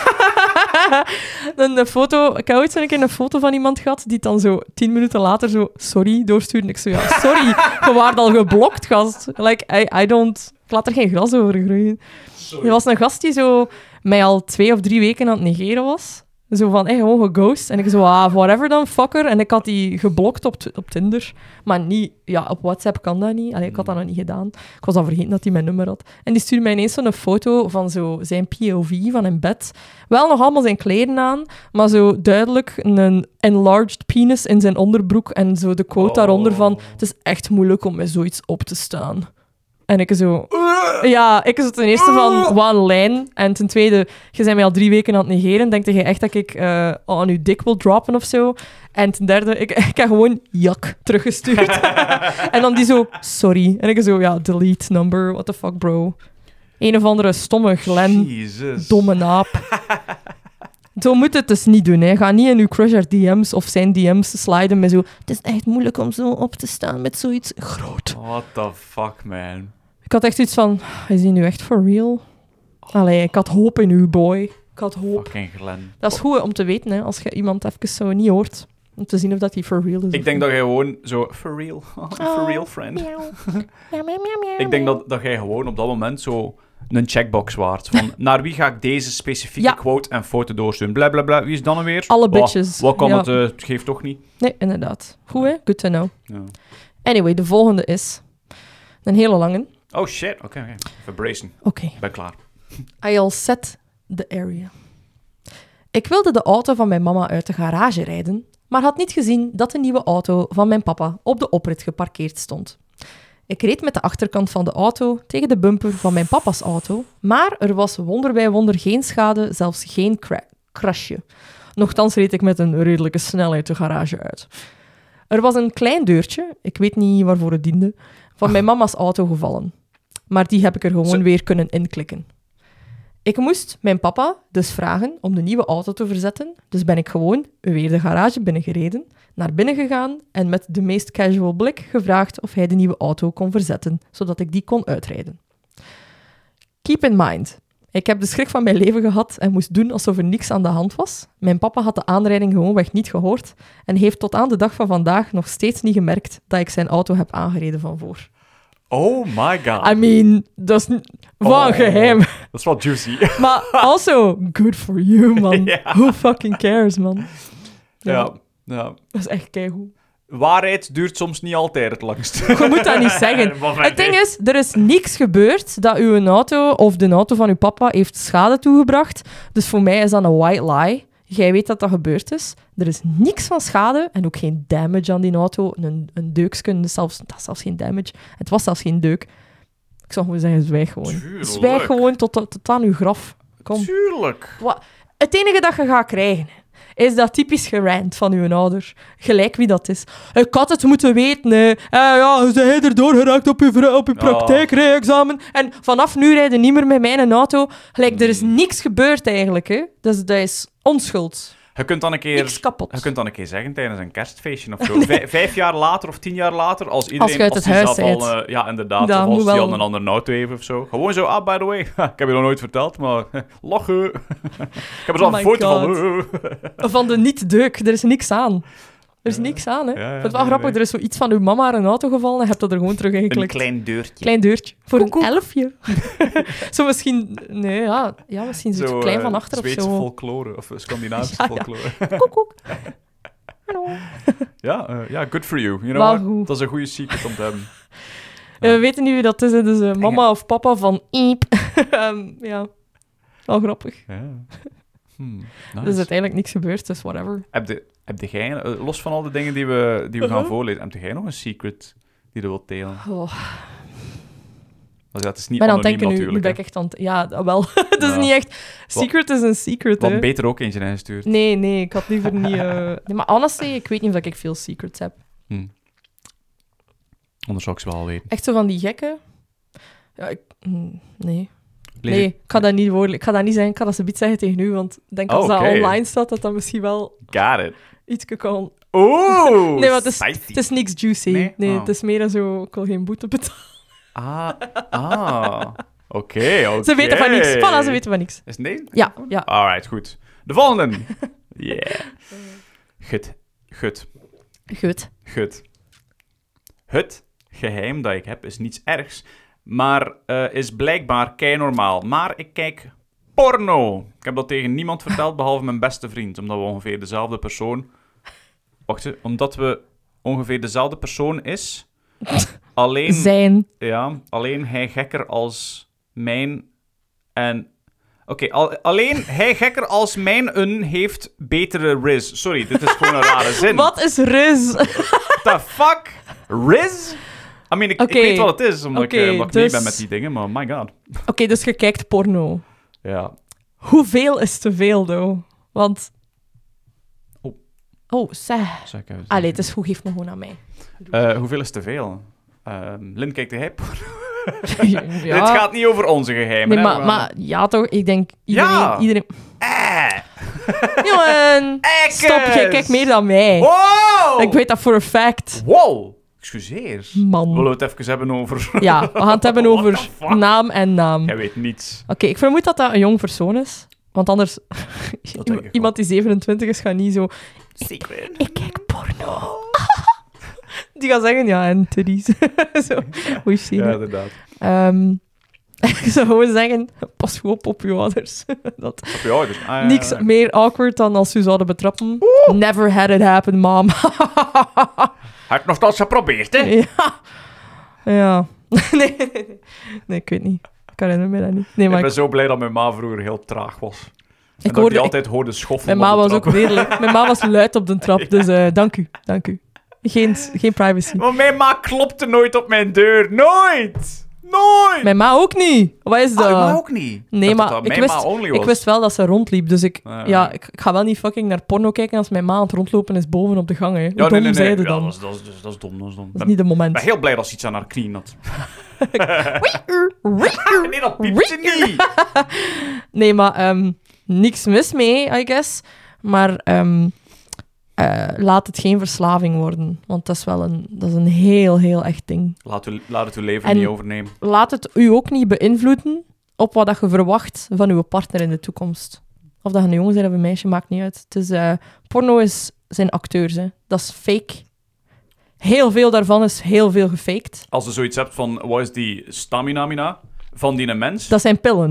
een, een foto... Ik heb ooit zo een keer een foto van iemand gehad die dan zo tien minuten later zo sorry doorstuurde. Ik zo, ja, sorry, je waart al geblokt, gast. Like, I, I don't... Ik laat er geen gras over groeien. Er was een gast die zo mij al twee of drie weken aan het negeren was. Zo van, hey, gewoon geghost. En ik zo, ah, whatever dan, fucker. En ik had die geblokt op, t- op Tinder. Maar niet... Ja, op WhatsApp kan dat niet. Allee, ik had dat nog niet gedaan. Ik was al vergeten dat hij mijn nummer had. En die stuurde mij ineens zo'n foto van zo zijn P O V van in bed. Wel nog allemaal zijn kleren aan, maar zo duidelijk een enlarged penis in zijn onderbroek. En zo de quote Oh. daaronder van, het is echt moeilijk om met zoiets op te staan. En ik zo... Ja, ik is ten eerste van, wat een lijn. En ten tweede, je bent mij al drie weken aan het negeren. Denk je echt dat ik uh, aan uw dik wil droppen of zo? En ten derde, ik, ik heb gewoon jak teruggestuurd. En dan die zo, sorry. En ik zo, ja, delete number, what the fuck, bro. Een of andere stomme Glen, Jesus. domme naap. Zo moet het dus niet doen, hè. Ga niet in uw crush haar D M's of zijn D M's sliden met zo... Het is echt moeilijk om zo op te staan met zoiets groot. What the fuck, man. Ik had echt iets van, is die nu echt for real? Allee, ik had hoop in u, boy. Ik had hoop. Fucking Glen. Dat is goed om te weten, hè, als je iemand even zo niet hoort. Om te zien of dat hij for real is. Ik of denk niet. dat jij gewoon zo... For real. For real, friend. Ik denk dat, dat jij gewoon op dat moment zo een checkbox waard. Van, naar wie ga ik deze specifieke Ja. quote en foto doorsturen? Bla, bla, bla. Wie is dan nou weer? Alle Wat- bitches. Wat kan Ja. het? eh, het geeft toch niet? Nee, inderdaad. Goed, hè? Good to know. Ja. Anyway, de volgende is... Een hele lange. Oh, shit. Oké, oké. Even bracen. Oké. Ik ben klaar. I'll set the area. Ik wilde de auto van mijn mama uit de garage rijden, maar had niet gezien dat de nieuwe auto van mijn papa op de oprit geparkeerd stond. Ik reed met de achterkant van de auto tegen de bumper van mijn papa's auto, maar er was wonder bij wonder geen schade, zelfs geen cra- crashje. Nochtans reed ik met een redelijke snelheid de garage uit. Er was een klein deurtje, ik weet niet waarvoor het diende, van mijn mama's auto gevallen. Maar die heb ik er gewoon Zo. weer kunnen inklikken. Ik moest mijn papa dus vragen om de nieuwe auto te verzetten, dus ben ik gewoon weer de garage binnengereden, naar binnen gegaan en met de meest casual blik gevraagd of hij de nieuwe auto kon verzetten, zodat ik die kon uitrijden. Keep in mind, ik heb de schrik van mijn leven gehad en moest doen alsof er niks aan de hand was. Mijn papa had de aanrijding gewoonweg niet gehoord en heeft tot aan de dag van vandaag nog steeds niet gemerkt dat ik zijn auto heb aangereden van voor. Oh my god. I mean, dat is n- wat een Oh. geheim. Dat is wel juicy. Maar also, good for you, man. Ja. Who fucking cares, man? Ja. Ja. Dat is echt keigoed. waarheid duurt soms niet altijd het langst. Je moet dat niet zeggen. Het ding is, er is niks gebeurd dat uw auto of de auto van uw papa heeft schade toegebracht. Dus voor mij is dat een white lie. Jij weet dat dat gebeurd is. Er is niks van schade en ook geen damage aan die auto. Een, een deuksken, zelfs, dat is zelfs geen damage. Het was zelfs geen deuk. Ik zou gewoon zeggen, zwijg gewoon. Tuurlijk. Zwijg gewoon tot, tot aan uw graf. Kom. Tuurlijk. Wat? Het enige dat je gaat krijgen, is dat typisch gerant van uw ouder. Gelijk wie dat is. Ik had het moeten weten, hè. Eh, ja, je bent erdoor geraakt op je, vra- op je Ja. praktijkrijexamen. En vanaf nu rijden niet meer met mijn auto. Gelijk, er is niks gebeurd eigenlijk, hè. Dus dat is onschuld. Je kunt dan een keer... Niks kapot. Je kunt dan een keer zeggen tijdens een kerstfeestje of zo. Vij- vijf jaar later of tien jaar later, als iedereen... Als je uit het die huis zelf al, bent. eh, ja, inderdaad. Dat of moet als die wel. al een andere auto heeft of zo. Gewoon zo, ah, by the way. Ik heb je nog nooit verteld, maar lachen. Ik heb er zo Oh een my foto God. van. Van de niet-deuk. Er is niks aan. Er is niks aan, hè. Ja, ja, Ik vind het wel nee, grappig. nee. Er is zoiets van uw mama aan een auto gevallen en je hebt dat er gewoon terug Een ingeklikt. klein deurtje. Klein deurtje. Voor Koek, koek. een elfje. Zo misschien... Nee, ja. Ja, misschien zo, Zo, klein eh, van achter of Zweedse zo. folklore, of Scandinavische Ja, ja. folklore. Koek, koek. Hallo. Ja, eh, ja, good for you. You know Wel what? goed. Dat is een goede secret om te hebben. Eh, we weten niet wie dat is, hè. Dus eh, mama of papa van Iep. Ehm, ja. Wel grappig. Ja. Hmm, Er nice. is uiteindelijk niks gebeurd, dus whatever. Heb, de, heb jij, eh, los van al de dingen die we, die we gaan Uh-huh. voorlezen, heb jij nog een secret die je wilt delen? Oh. Want dat is Ik niet ben aan het anoniem denken nu. Nu natuurlijk. ben ik hè. echt aan het... Ja, dat wel. Het is Ja. niet echt... Secret is een secret, Wat hè. beter ook eentje ingestuurd. Nee, nee. Ik had liever niet... eh, Nee, maar honestly, ik weet niet of ik veel secrets heb. Hm. Anders zou ik ze wel weten. Echt zo van die gekken? Ja, ik... mm, Nee. Lees Nee, ik- ik ga dat niet woorden. Ik ga dat niet zeggen. Ik ga dat ze iets zeggen tegen u, want ik denk als Oh, dat oké. online staat, dat dat misschien wel Got it. iets kan... Oeh, Nee, maar het is, spicy. het is niks juicy. Nee, Nee? Oh. het is meer dan zo... Ik wil geen boete betalen. Ah, ah. Oké, oké. Ze weten van niks. Voilà, ze weten van niks. Is het nee? Ja, ja. Alright, goed. De volgende. Yeah. Goed. Goed. Goed. Goed. Het geheim dat ik heb is niets ergs, maar eh, is blijkbaar keinormaal. Maar ik kijk porno. Ik heb dat tegen niemand verteld, behalve mijn beste vriend, omdat we ongeveer dezelfde persoon... Wacht eens, omdat we ongeveer dezelfde persoon is, alleen... Zijn. Ja, alleen hij gekker als mijn en... Oké, al, alleen hij gekker als mijn een heeft betere riz. Sorry, dit is gewoon een rare zin. Wat is Riz? What the fuck? Riz? I mean, ik, Oké. ik weet wat het is, omdat Oké, ik, eh, omdat ik dus- mee ben met die dingen, maar my god. Oké, dus je kijkt porno. Ja. Hoeveel is te veel, though? Want... Oh. Oh, zeg. Zeg ik even Allee, het is goed. Geef me gewoon aan mij. Eh, hoeveel is te veel? Ehm Lin, kijkt hij porno? ja. Dit gaat niet over onze geheimen. Nee, hè, maar, we- maar ja, toch? Ik denk iedereen... Ja. iedereen... Eh! Jongen! Ekkes! Stop, jij kijkt meer dan mij. Wow! Ik weet dat voor een fact. Wow! Excuseer. Man. Willen we het even hebben over... Ja, we gaan het hebben What over the fuck? naam en naam. Jij weet niets. Oké, ik vermoed dat dat een jong persoon is. Want anders... denk ik iemand die zevenentwintig is, gaat niet zo... Secret. Ik kijk porno. Die gaat zeggen, ja, en titties. Zo, we've seen Ja, it. inderdaad. Ehm, ik zou gewoon zeggen, pas goed op op je ouders. dat, Op je ouders. Ah, ja, niks ja, ja. meer awkward dan als ze u zouden betrappen. Never had it happen, mom. Had nog dat geprobeerd, hè? ja. Ja. nee, nee, nee. Nee, ik weet niet. Ik herinner me dat niet. Nee, maar Ik ben ik, zo blij dat mijn ma vroeger heel traag was. En ik dat ik hoorde... die ik- altijd hoorde schoffelen mijn ma op de was ook trap. redelijk. Mijn ma was luid op de trap, dus eh, dank u. Dank u. Geen, geen privacy. Maar mijn ma klopte nooit op mijn deur. Nooit! Nooit! Mijn ma ook niet. Wat is dat? Ah, mijn ma ook niet. Nee, Dat maar dat ik mijn wist, ma only was. ik wist wel dat ze rondliep. Dus ik, Ah, ja, ik, ik ga wel niet fucking naar porno kijken als mijn ma aan het rondlopen is boven op de gang. Hè. Hoe Ja, dom nee, nee, nee. zeiden Ja, dan? dat, is, dat, is, dat, is, dat is dom, dat is dom. Dat Ik is niet de moment. ben heel blij dat ze iets aan haar knie had. Nee, dat piept ze niet. Nee, maar ehm, niks mis mee, I guess. Maar ehm, eh, laat het geen verslaving worden. Want dat is wel een, dat is een heel, heel echt ding. Laat, u, laat het uw leven En- niet overnemen. Laat het u ook niet beïnvloeden op wat dat je verwacht van uw partner in de toekomst. Of dat je een jongen bent of een meisje, maakt niet uit. Het is, eh, porno is, zijn acteurs, hè. Dat is fake. Heel veel daarvan is heel veel gefaked. Als je zoiets hebt van, wat is die stamina-mina van die mens? Dat zijn pillen, hè.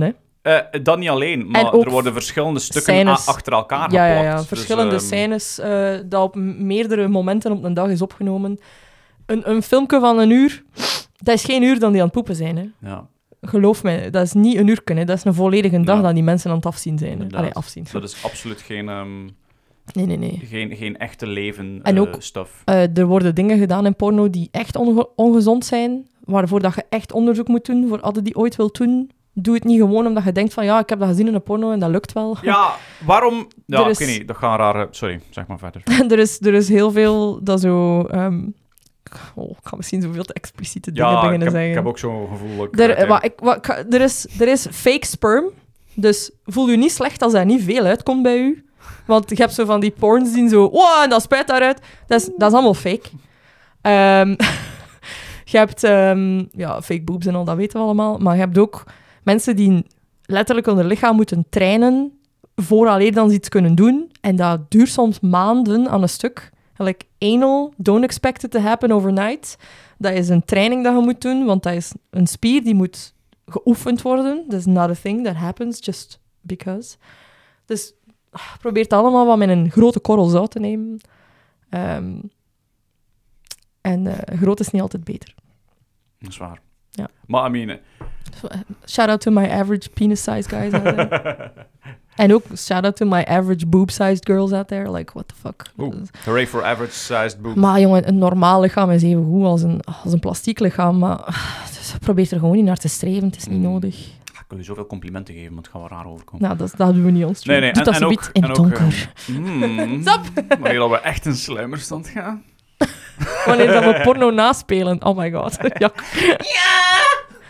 Uh, dat niet alleen, maar er worden verschillende stukken scènes, a- achter elkaar ja, geplakt. Ja, ja, verschillende dus, um... scènes uh, dat op meerdere momenten op een dag is opgenomen. Een, een filmpje van een uur, dat is geen uur dan die aan het poepen zijn. Hè. Ja. Geloof mij, dat is niet een uur, hè. Dat is een volledige dag ja. dat die mensen aan het afzien zijn. Allee, afzien. Dat is absoluut geen... Um... Nee, nee, nee. Geen, geen echte leven en ook, uh, stuff. Uh, er worden dingen gedaan in porno die echt onge- ongezond zijn, waarvoor dat je echt onderzoek moet doen. Voor alle die ooit wil doen, doe het niet gewoon omdat je denkt van ja, ik heb dat gezien in een porno en dat lukt wel. Ja, waarom... Ja, is... ik weet niet, dat gaat raar... Sorry, zeg maar verder. er, is, er is heel veel dat zo... Um... Oh, ik ga misschien zoveel te expliciete dingen ja, beginnen ik heb, zeggen. ik heb ook zo'n gevoel... Dat er, uh, wat, ik, wat, er, is, er is fake sperm, dus voel je niet slecht als er niet veel uitkomt bij u. Want je hebt zo van die porns die zo... Wow, en dat spuit daaruit. Dat is, dat is allemaal fake. Um, je hebt um, ja, fake boobs en al, dat weten we allemaal. Maar je hebt ook mensen die letterlijk hun lichaam moeten trainen vooraleer dan ze iets kunnen doen. En dat duurt soms maanden aan een stuk. Like anal, don't expect it to happen overnight. Dat is een training dat je moet doen, want dat is een spier die moet geoefend worden. That is not a thing that happens just because. Dus... probeer het allemaal wat met een grote korrel zout te nemen. Um, en uh, groot is niet altijd beter. Dat is waar. Ja. Maar, I mean... Shout out to my average penis size guys out there. En ook shout out to my average boob-sized girls out there. Like, what the fuck. Oeh, hooray for average-sized boob. Maar jongen, een normaal lichaam is even goed als een, als een plastiek lichaam. Maar dus probeer er gewoon niet naar te streven. Het is niet mm. nodig. Ik wil je zoveel complimenten geven, maar het gaat wel raar overkomen. Nou, dat, dat doen we niet ons. Nee, nee. Doe en, dat en zo ook, in het donker. Uh, mm, Stop! Wanneer dat we echt in sluimerstand gaan. Wanneer dat we porno naspelen. Oh my god. Ja! Ja!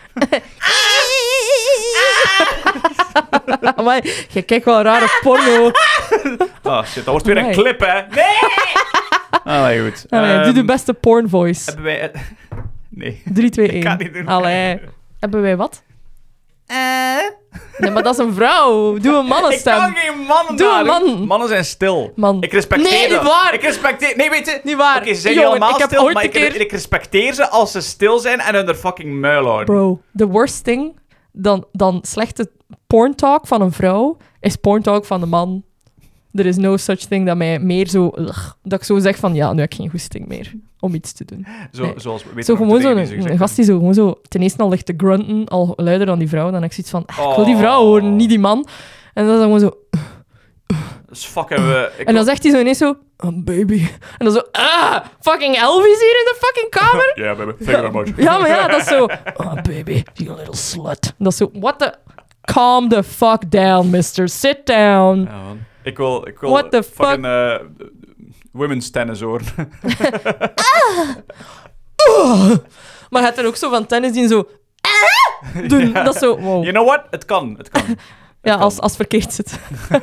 Maar je kijkt wel rare porno. Oh shit, dat wordt weer een clip, hè? Nee! Allee, goed. Allee, um, doe de beste porn voice. Hebben wij... Nee. drie, twee, één. Ik ga niet doen. Allee. Hebben wij wat? Eh... Nee, maar dat is een vrouw. Doe een mannenstem. Ik kan geen mannen Doe daar een man. doen. Mannen zijn stil. Man. Ik respecteer nee, dat. niet waar. Ik respecteer... Nee, weet je... Niet waar. Oké, okay, ze zijn Jongen, niet allemaal ik stil, maar ik, keer... ik respecteer ze als ze stil zijn en hun fucking muil houden. Bro, the worst thing dan, dan slechte porn talk van een vrouw is porn talk van een man. There is no such thing dat mij meer zo... Ugh, dat ik zo zeg van, ja, nu heb ik geen goesting meer om iets te doen. Zo, nee. Zoals... Weet zo gewoon zo'n een, een gast die zo gewoon zo... Ten eerste al ligt te grunten, al luider dan die vrouw. Dan heb ik zoiets van, oh. ik wil die vrouw horen, niet die man. En dan is dan gewoon zo... Dus fucking... We, en dan zegt hij zo ineens zo... Oh, baby. En dan zo... Ah, fucking Elvis hier in de fucking kamer? Ja, yeah, baby. Thank you very much. Ja, maar ja, dat is zo... Oh, baby, you little slut. Dat is zo... What the... Calm the fuck down, mister. Sit down. Ja, man. Ik wil... Ik wil What the fucking... fuck? Uh, women's tennis horen. ah. uh. Maar hij had er ook zo van tennis die zo... Ah. doen. Ja. Dat is zo... Wow. You know what? Het kan. Het kan. Het ja, kan. Als, als verkeerd zit.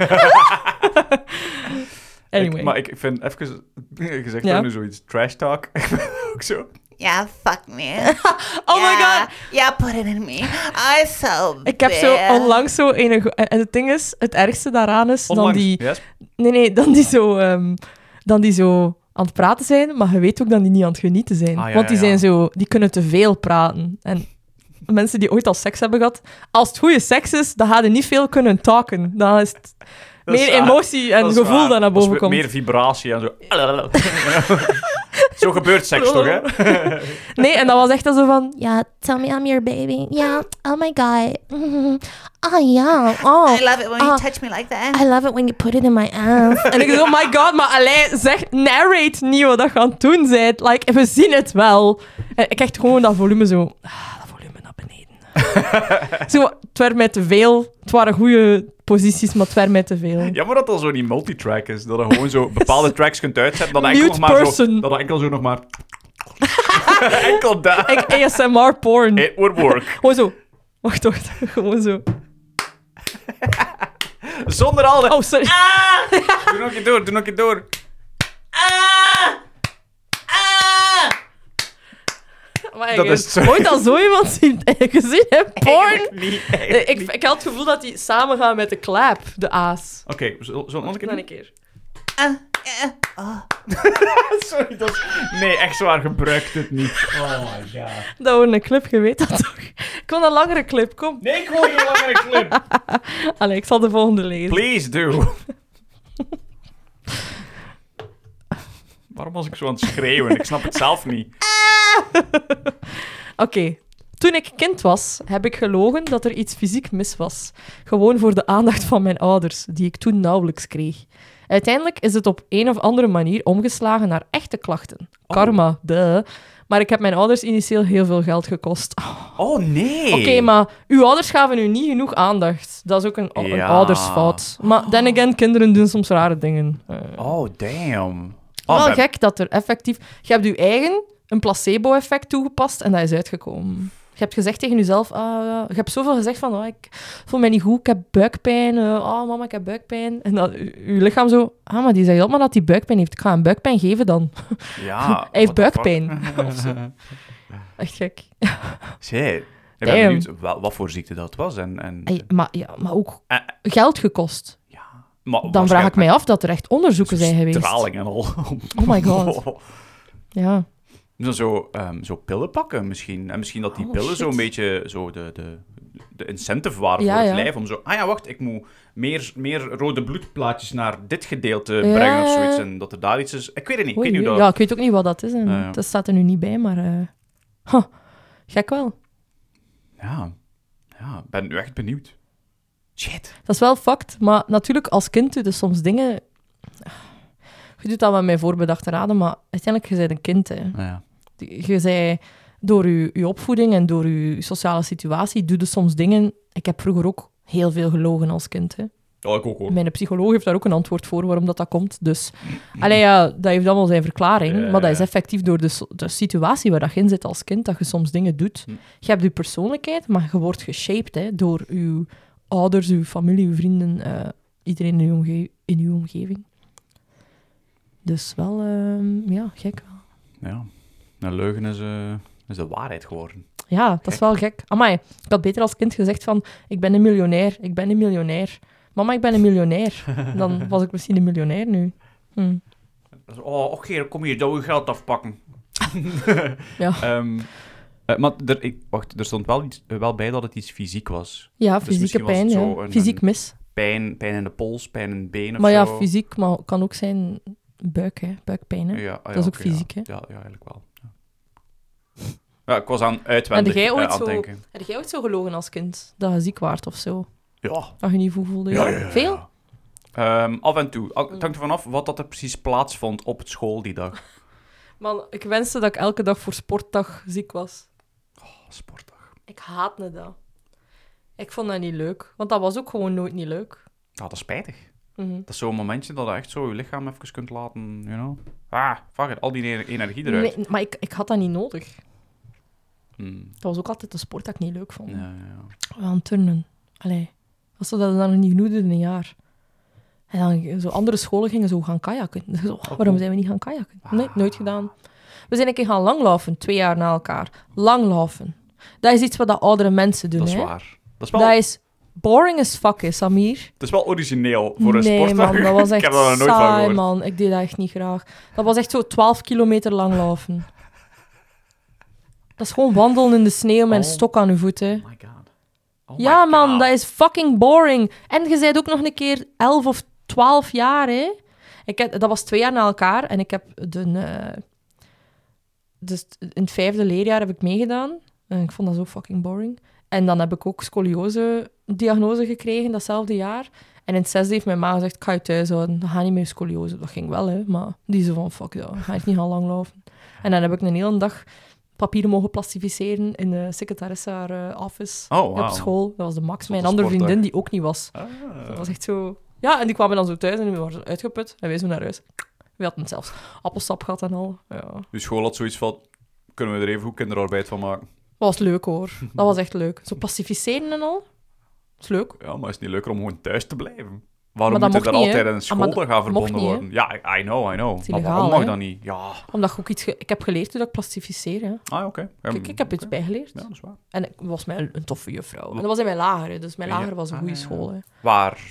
Anyway. Ik, maar ik vind... Even gezegd, ja? nu zoiets trash talk. Ik ben ook zo... Yeah, fuck me. Oh yeah, my god. Yeah, put it in me. I so Ik heb zo onlangs zo een... En het ding is, het ergste daaraan is onlangs, dan die... Yes? Nee, nee, dan die zo... Um, dan die zo aan het praten zijn, maar je weet ook dat die niet aan het genieten zijn. Ah, ja, Want die ja, ja. zijn zo... Die kunnen te veel praten. En mensen die ooit al seks hebben gehad... Als het goede seks is, dan gaan ze niet veel kunnen talken. Dan is het... Dat meer is emotie en dat gevoel waar. dat naar boven dat komt. Meer vibratie en zo. Zo gebeurt seks toch, hè? Nee, en dat was echt zo van... Yeah, tell me I'm your baby. Yeah, oh my god. Mm-hmm. Oh yeah, oh. I love it when you oh. touch me like that. I love it when you put it in my ass. En ik dacht, oh my god, maar alleen zeg, narrate niet wat dat je aan het doen bent. Like, we zien het wel. En ik echt gewoon dat volume zo... Ah, dat volume naar beneden. Zo, het werd mij te veel. Het waren goede posities, maar het werd mij te veel. Ja, maar dat dat zo niet multitrack is. Dat je gewoon zo bepaalde tracks kunt uitzetten. Dat enkel Mute nog maar person. zo... Dat dat enkel zo nog maar... enkel daar. Ik A S M R porn. It would work. Gewoon zo. Wacht, wacht. Gewoon zo. Zonder al de... Oh, sorry. Ah! Doe nog een keer door, doe nog een keer door. Ah! Ah! Maar Dat ik is zo- heb ooit al zo iemand zien, gezien in porn. Eigenlijk niet, eigenlijk Ik, niet. ik had het gevoel dat die samen gaan met de clap, de a's. Oké, zo, zo nog een keer Dan doen? een keer. Sorry, dat is... Nee, echt zwaar, gebruikt het niet. Oh my god. Dat wordt een clip, je weet dat toch? Ik wil een langere clip, kom. Nee, ik wil geen langere clip. Allee, ik zal de volgende lezen. Please do. Waarom was ik zo aan het schreeuwen? Ik snap het zelf niet. Oké. Okay. Toen ik kind was, heb ik gelogen dat er iets fysiek mis was. Gewoon voor de aandacht van mijn ouders, die ik toen nauwelijks kreeg. Uiteindelijk is het op een of andere manier omgeslagen naar echte klachten. Oh. Karma, duh. Maar ik heb mijn ouders initieel heel veel geld gekost. Oh, nee. Oké, okay, maar uw ouders gaven u niet genoeg aandacht. Dat is ook een, een Ja. oudersfout. Maar then again, kinderen doen soms rare dingen. Uh, Oh, damn. Oh, wel ben- gek dat er effectief... Je hebt je eigen een placebo-effect toegepast en dat is uitgekomen. Je hebt gezegd tegen jezelf... Ah, ja. Je hebt zoveel gezegd van... Oh, ik voel mij niet goed, ik heb buikpijn. Uh, oh, mama, ik heb buikpijn. En dan je lichaam zo... Ah, maar die zegt allemaal dat hij buikpijn heeft. Ik ga hem buikpijn geven dan. Ja. Hij heeft what the buikpijn. fuck? Of zo. Echt gek. Shit. Ik ben Damn. benieuwd wel, wat voor ziekte dat was. En, en... Ey, maar, ja, maar ook Eh, geld gekost. ja. Maar Dan vraag ik mij af dat er echt onderzoeken zijn geweest. Straling en al. Oh my god. Ja. Dan zo, um, zo pillen pakken misschien. En misschien dat die Oh, pillen shit. zo een beetje zo de, de, de incentive waren Ja, voor het ja. lijf. Om zo, ah ja, wacht, ik moet meer, meer rode bloedplaatjes naar dit gedeelte Ja, brengen of ja, zoiets. ja. En dat er daar iets is. Ik weet het niet. Ik Oei, weet niet hoe ja, dat... ik weet ook niet wat dat is. En Ja, ja. Dat staat er nu niet bij, maar... eh huh, gek wel. Ja. Ja, ik ben nu echt benieuwd. Shit. Dat is wel fact, maar natuurlijk als kind doe je dus soms dingen... Je doet dat met mijn voorbedachte raden, maar uiteindelijk, je bent een kind. Hè. Ja. Je zei, door je, je opvoeding en door je sociale situatie, doe je soms dingen... Ik heb vroeger ook heel veel gelogen als kind. Hè. Ja, ik ook hoor. Mijn psycholoog heeft daar ook een antwoord voor waarom dat, dat komt. Dus, allee, ja, dat heeft allemaal zijn verklaring. Ja, maar dat is ja. effectief door de, so- de situatie waar dat je in zit als kind, dat je soms dingen doet. Hm. Je hebt je persoonlijkheid, maar je wordt geshaped hè, door je ouders, je familie, je vrienden, eh, iedereen in je, omge- in je omgeving. Dus wel, ehm, ja, gek wel. Ja. Een leugen is, uh, is de waarheid geworden. Ja, dat is wel gek. Amai, ik had beter als kind gezegd van, ik ben een miljonair, ik ben een miljonair. Mama, ik ben een miljonair. Dan was ik misschien een miljonair nu. Hm. Oh, oké, dan kom hier, dat we geld afpakken. Ja. Ehm, uh, maar er, ik, wacht, er stond wel, iets, uh, wel bij dat het iets fysiek was. Ja, Dus fysieke misschien was pijn, het ja. zo een- Fysiek een- mis. Pijn, pijn in de pols, pijn in het been of Maar ja, zo. fysiek maar kan ook zijn buik, hè. Buikpijn, hè. Ja, ah, ja, Dat is ook oké, fysiek, ja. hè. Ja, ja, eigenlijk wel. Ja. Ja, ik was aan En uitwendig jij uh, ooit aan het zo- denken. Heb jij ook zo gelogen als kind? Dat je ziek waart of zo? Ja. Dat je niet goed voelde? Ja, ja, ja, ja. Veel? Ehm, af en toe. Al- Het hangt ervan af wat dat er precies plaatsvond op het school die dag. Man, ik wenste dat ik elke dag voor sportdag ziek was. Oh, sportdag. Ik haatte dat. Ik vond dat niet leuk. Want dat was ook gewoon nooit niet leuk. Ja, dat is spijtig. Mhm. Dat is zo'n momentje dat je echt zo je lichaam even kunt laten, you know. Ah, fuck it, al die ener- energie eruit. Nee, maar ik, ik had dat niet nodig. Hmm. Dat was ook altijd een sport dat ik niet leuk vond. Ja, ja, ja. We gaan turnen. Allee, als ze dat dan nog niet genoeg doen in een jaar. En dan zo andere scholen gingen zo gaan kajakken. Dus zo, oh, waarom zijn we niet gaan kajakken? Nee, nooit gedaan. We zijn een keer gaan langlaufen, twee jaar na elkaar. Langlaufen. Dat is iets wat dat oudere mensen doen, Dat is hè. waar. Dat is wel, Dat is boring as fuck, hè, Samir. het is wel origineel voor een nee, sportdag. man, dat was Ik echt heb daar nog nooit van saai, gehoord. man. Ik deed dat echt niet graag. Dat was echt zo twaalf kilometer langlaufen. Dat is gewoon wandelen in de sneeuw met een Oh. stok aan je voeten. Oh my god. Oh Ja, my man, God. dat is fucking boring. En je bent ook nog een keer elf of twaalf jaar, hè. Ik heb, dat was twee jaar na elkaar. En ik heb de... eh, dus in het vijfde leerjaar heb ik meegedaan. En ik vond dat zo fucking boring. En dan heb ik ook scoliose-diagnose gekregen, datzelfde jaar. En in het zesde heeft mijn ma gezegd, ik ga je thuis houden. Dat gaat niet meer scoliose. Dat ging wel, hè. Maar die zo van, fuck dat, ga ik niet gaan langlopen. En dan heb ik een hele dag papieren mogen plastificeren in de secretaresse haar eh, office Oh, wow. op school. Dat was de max. Zotte Mijn andere sportdag. vriendin, die ook niet was. Ah. Dat was echt zo... Ja, en die kwamen dan zo thuis en die waren uitgeput. En wij zo naar huis. We hadden zelfs appelsap gehad en al. Ja. Dat De school had zoiets van, kunnen we er even goed kinderarbeid van maken? was leuk, hoor. Dat was echt leuk. Zo pacificeren en al. Dat is leuk. Ja, maar is het niet leuker om gewoon thuis te blijven? Waarom Maar dat moet er mocht dan niet, altijd hè? een Ah, maar schooldag aan dat mocht verbonden niet, worden? Ja, I know, I know. is Maar illegaal, waarom mag hè? dat niet? Ja. Omdat ik ook iets... Ge... Ik heb geleerd hoe dat ik plastificeer, hè. Ah, oké. Ja, Kijk, ik heb iets oké. bijgeleerd. Ja, dat is waar. En ik was mij een toffe juffrouw. En dat was in mijn lager, hè. Dus mijn Ja. lager was een Ah, goede ja, ja. school, hè. Waar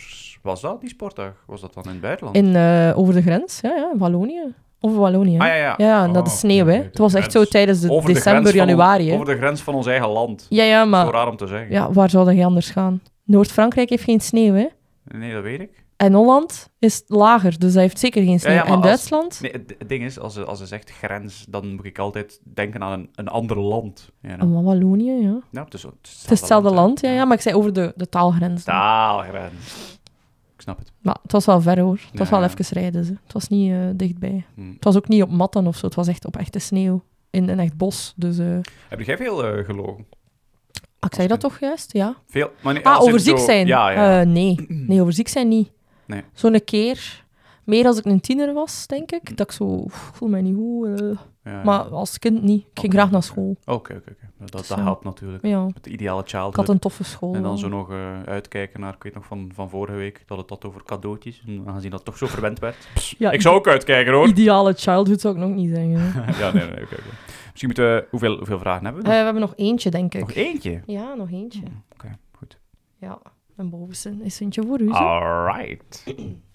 Was dat, die sportdag? Was dat dan in het buitenland? In, uh, over de grens, ja, ja, in Wallonië. Over Wallonië. Ah, ja, ja. Ja, oh, dat is sneeuw, hè. okay, Het was echt zo tijdens de over december, de januari, hè. Over de grens van ons eigen land. Ja, ja, Zo maar... raar om te zeggen. Ja, waar zou je anders gaan? Noord-Frankrijk heeft geen sneeuw, hè. Nee, dat weet ik. En Holland is lager, dus dat heeft zeker geen sneeuw. Ja, ja, maar en als- Duitsland? Nee, het, het ding is, als ze, als ze zegt grens, dan moet ik altijd denken aan een, een ander land. Ja, Oh, maar Wallonië, ja. ja, het is, het is Het is hetzelfde hè. land, ja, ja, maar ik zei over de, de taalgrens. dan. Taalgrens. Ik snap het. Maar het was wel ver, hoor. Het was Ja, wel ja. even rijden, ze. Het was niet eh, dichtbij. Hm. Het was ook niet op matten of zo, het was echt op echte sneeuw. In een echt bos, dus... eh Heb jij veel eh, gelogen? ah, ik zei dat toch juist, ja. Veel? Maar niet- Ah, als in over ziek zo- zijn? Ja, ja. Eh, nee. Nee, over ziek zijn niet. Nee. Zo'n keer, meer als ik een tiener was, denk ik, dat ik zo, "Oef, ik voel mij niet goed. eh." Ja, ja. Maar als kind niet. Ik ging Oké, graag naar oké. school. Oké, oké, oké. Dat, dat Zo. helpt natuurlijk. Ja, Met de ideale ik childhood. had een toffe school. En dan wel. zo nog eh, uitkijken naar, ik weet nog van, van vorige week, dat het had over cadeautjes. En aangezien dat toch zo verwend werd. Pss, Ja, ik zou ook uitkijken, hoor. Ideale childhood zou ik nog niet zeggen. hè. ja, nee, nee, oké. oké. Misschien moeten we... Hoeveel, hoeveel vragen hebben we Eh, nog? we hebben nog eentje, denk ik. Nog eentje? Ja, nog eentje. Hmm, Oké, goed. Ja, een bovenste is eentje voor u. zo. Alright.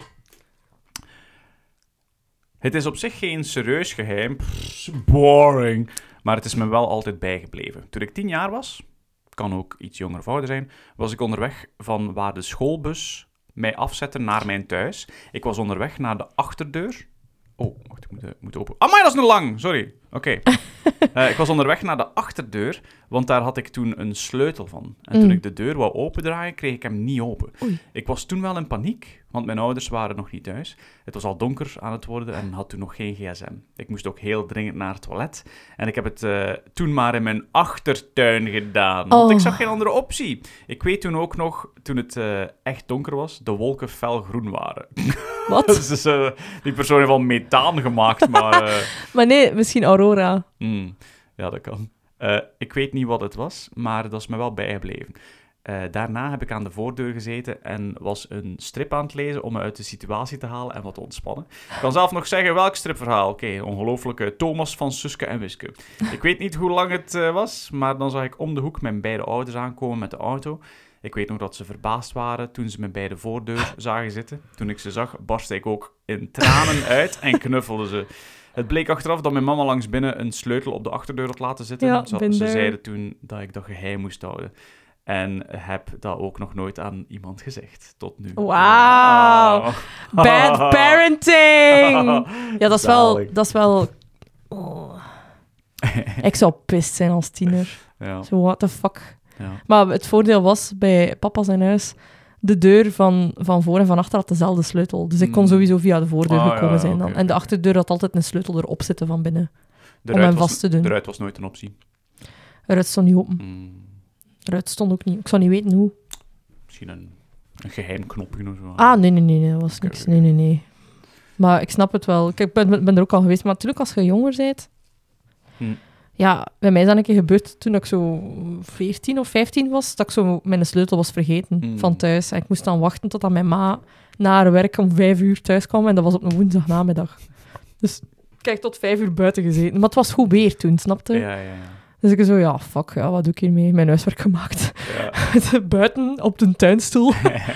Het is op zich geen serieus geheim. Pff, boring. Maar het is me wel altijd bijgebleven. Toen ik tien jaar was, kan ook iets jonger of ouder zijn, was ik onderweg van waar de schoolbus mij afzette naar mijn thuis. Ik was onderweg naar de achterdeur. Oh, wacht, ik moet, ik moet open... Amai, dat is nog lang! Sorry. Oké. Eh, ik was onderweg naar de achterdeur, want daar had ik toen een sleutel van. En toen Mm. ik de deur wou opendraaien, kreeg ik hem niet open. Oei. Ik was toen wel in paniek, want mijn ouders waren nog niet thuis. Het was al donker aan het worden en had toen nog geen gsm. Ik moest ook heel dringend naar het toilet. En ik heb het eh, toen maar in mijn achtertuin gedaan, want Oh. ik zag geen andere optie. Ik weet toen ook nog, toen het eh, echt donker was, de wolken fel groen waren. Wat? dus eh, die persoon heeft al methaan gemaakt, maar... eh, Maar nee, misschien Aurora. mm, ja, dat kan. Eh, ik weet niet wat het was, maar dat is me wel bijgebleven. Eh, daarna heb ik aan de voordeur gezeten en was een strip aan het lezen om me uit de situatie te halen en wat te ontspannen. Ik kan zelf nog zeggen welk stripverhaal. Oké, ongelooflijke Thomas van Suske en Wiske. Ik weet niet hoe lang het eh, was, maar dan zag ik om de hoek mijn beide ouders aankomen met de auto. Ik weet nog dat ze verbaasd waren toen ze me bij de voordeur zagen zitten. Toen ik ze zag, barstte ik ook in tranen uit en knuffelde ze. Het bleek achteraf dat mijn mama langs binnen een sleutel op de achterdeur had laten zitten. Ja, ze, been ze there. zeiden toen dat ik dat geheim moest houden. En heb dat ook nog nooit aan iemand gezegd, tot nu. Wauw. Wauw. Bad parenting! Ja, dat is wel... Zalig. Dat is wel... Oh. Ik zou pist zijn als tiener. Ja, Zo, what the fuck. ja. Maar het voordeel was, bij papa zijn huis, de deur van, van voor en van achter had dezelfde sleutel. Dus ik kon Mm. sowieso via de voordeur Ah, gekomen ja, zijn dan. oké, En de oké. achterdeur had altijd een sleutel erop zitten van binnen. De Om ruit hem was- vast te doen. De ruit was nooit een optie. Eruit stond niet open. Hmm, Eruit stond ook niet. Ik zou niet weten hoe. misschien een, een geheim knopje of zo. Ah, nee, nee, nee, nee, dat was Oké, niks. oké. Nee, nee, nee. Maar ik snap het wel. Kijk, ik ben, ben er ook al geweest. Maar natuurlijk, als je jonger bent... Hm. Ja, bij mij is dat een keer gebeurd toen ik zo veertien of vijftien was, dat ik zo mijn sleutel was vergeten Mm. van thuis. En ik moest dan wachten totdat mijn ma na haar werk om vijf uur thuis kwam. En dat was op een woensdagnamiddag. Dus ik heb tot vijf uur buiten gezeten. Maar het was goed weer toen, snapte? Ja, ja, ja. Dus ik zo, ja, fuck, ja, wat doe ik hiermee? Mijn huiswerk gemaakt. ja. Buiten op de tuinstoel.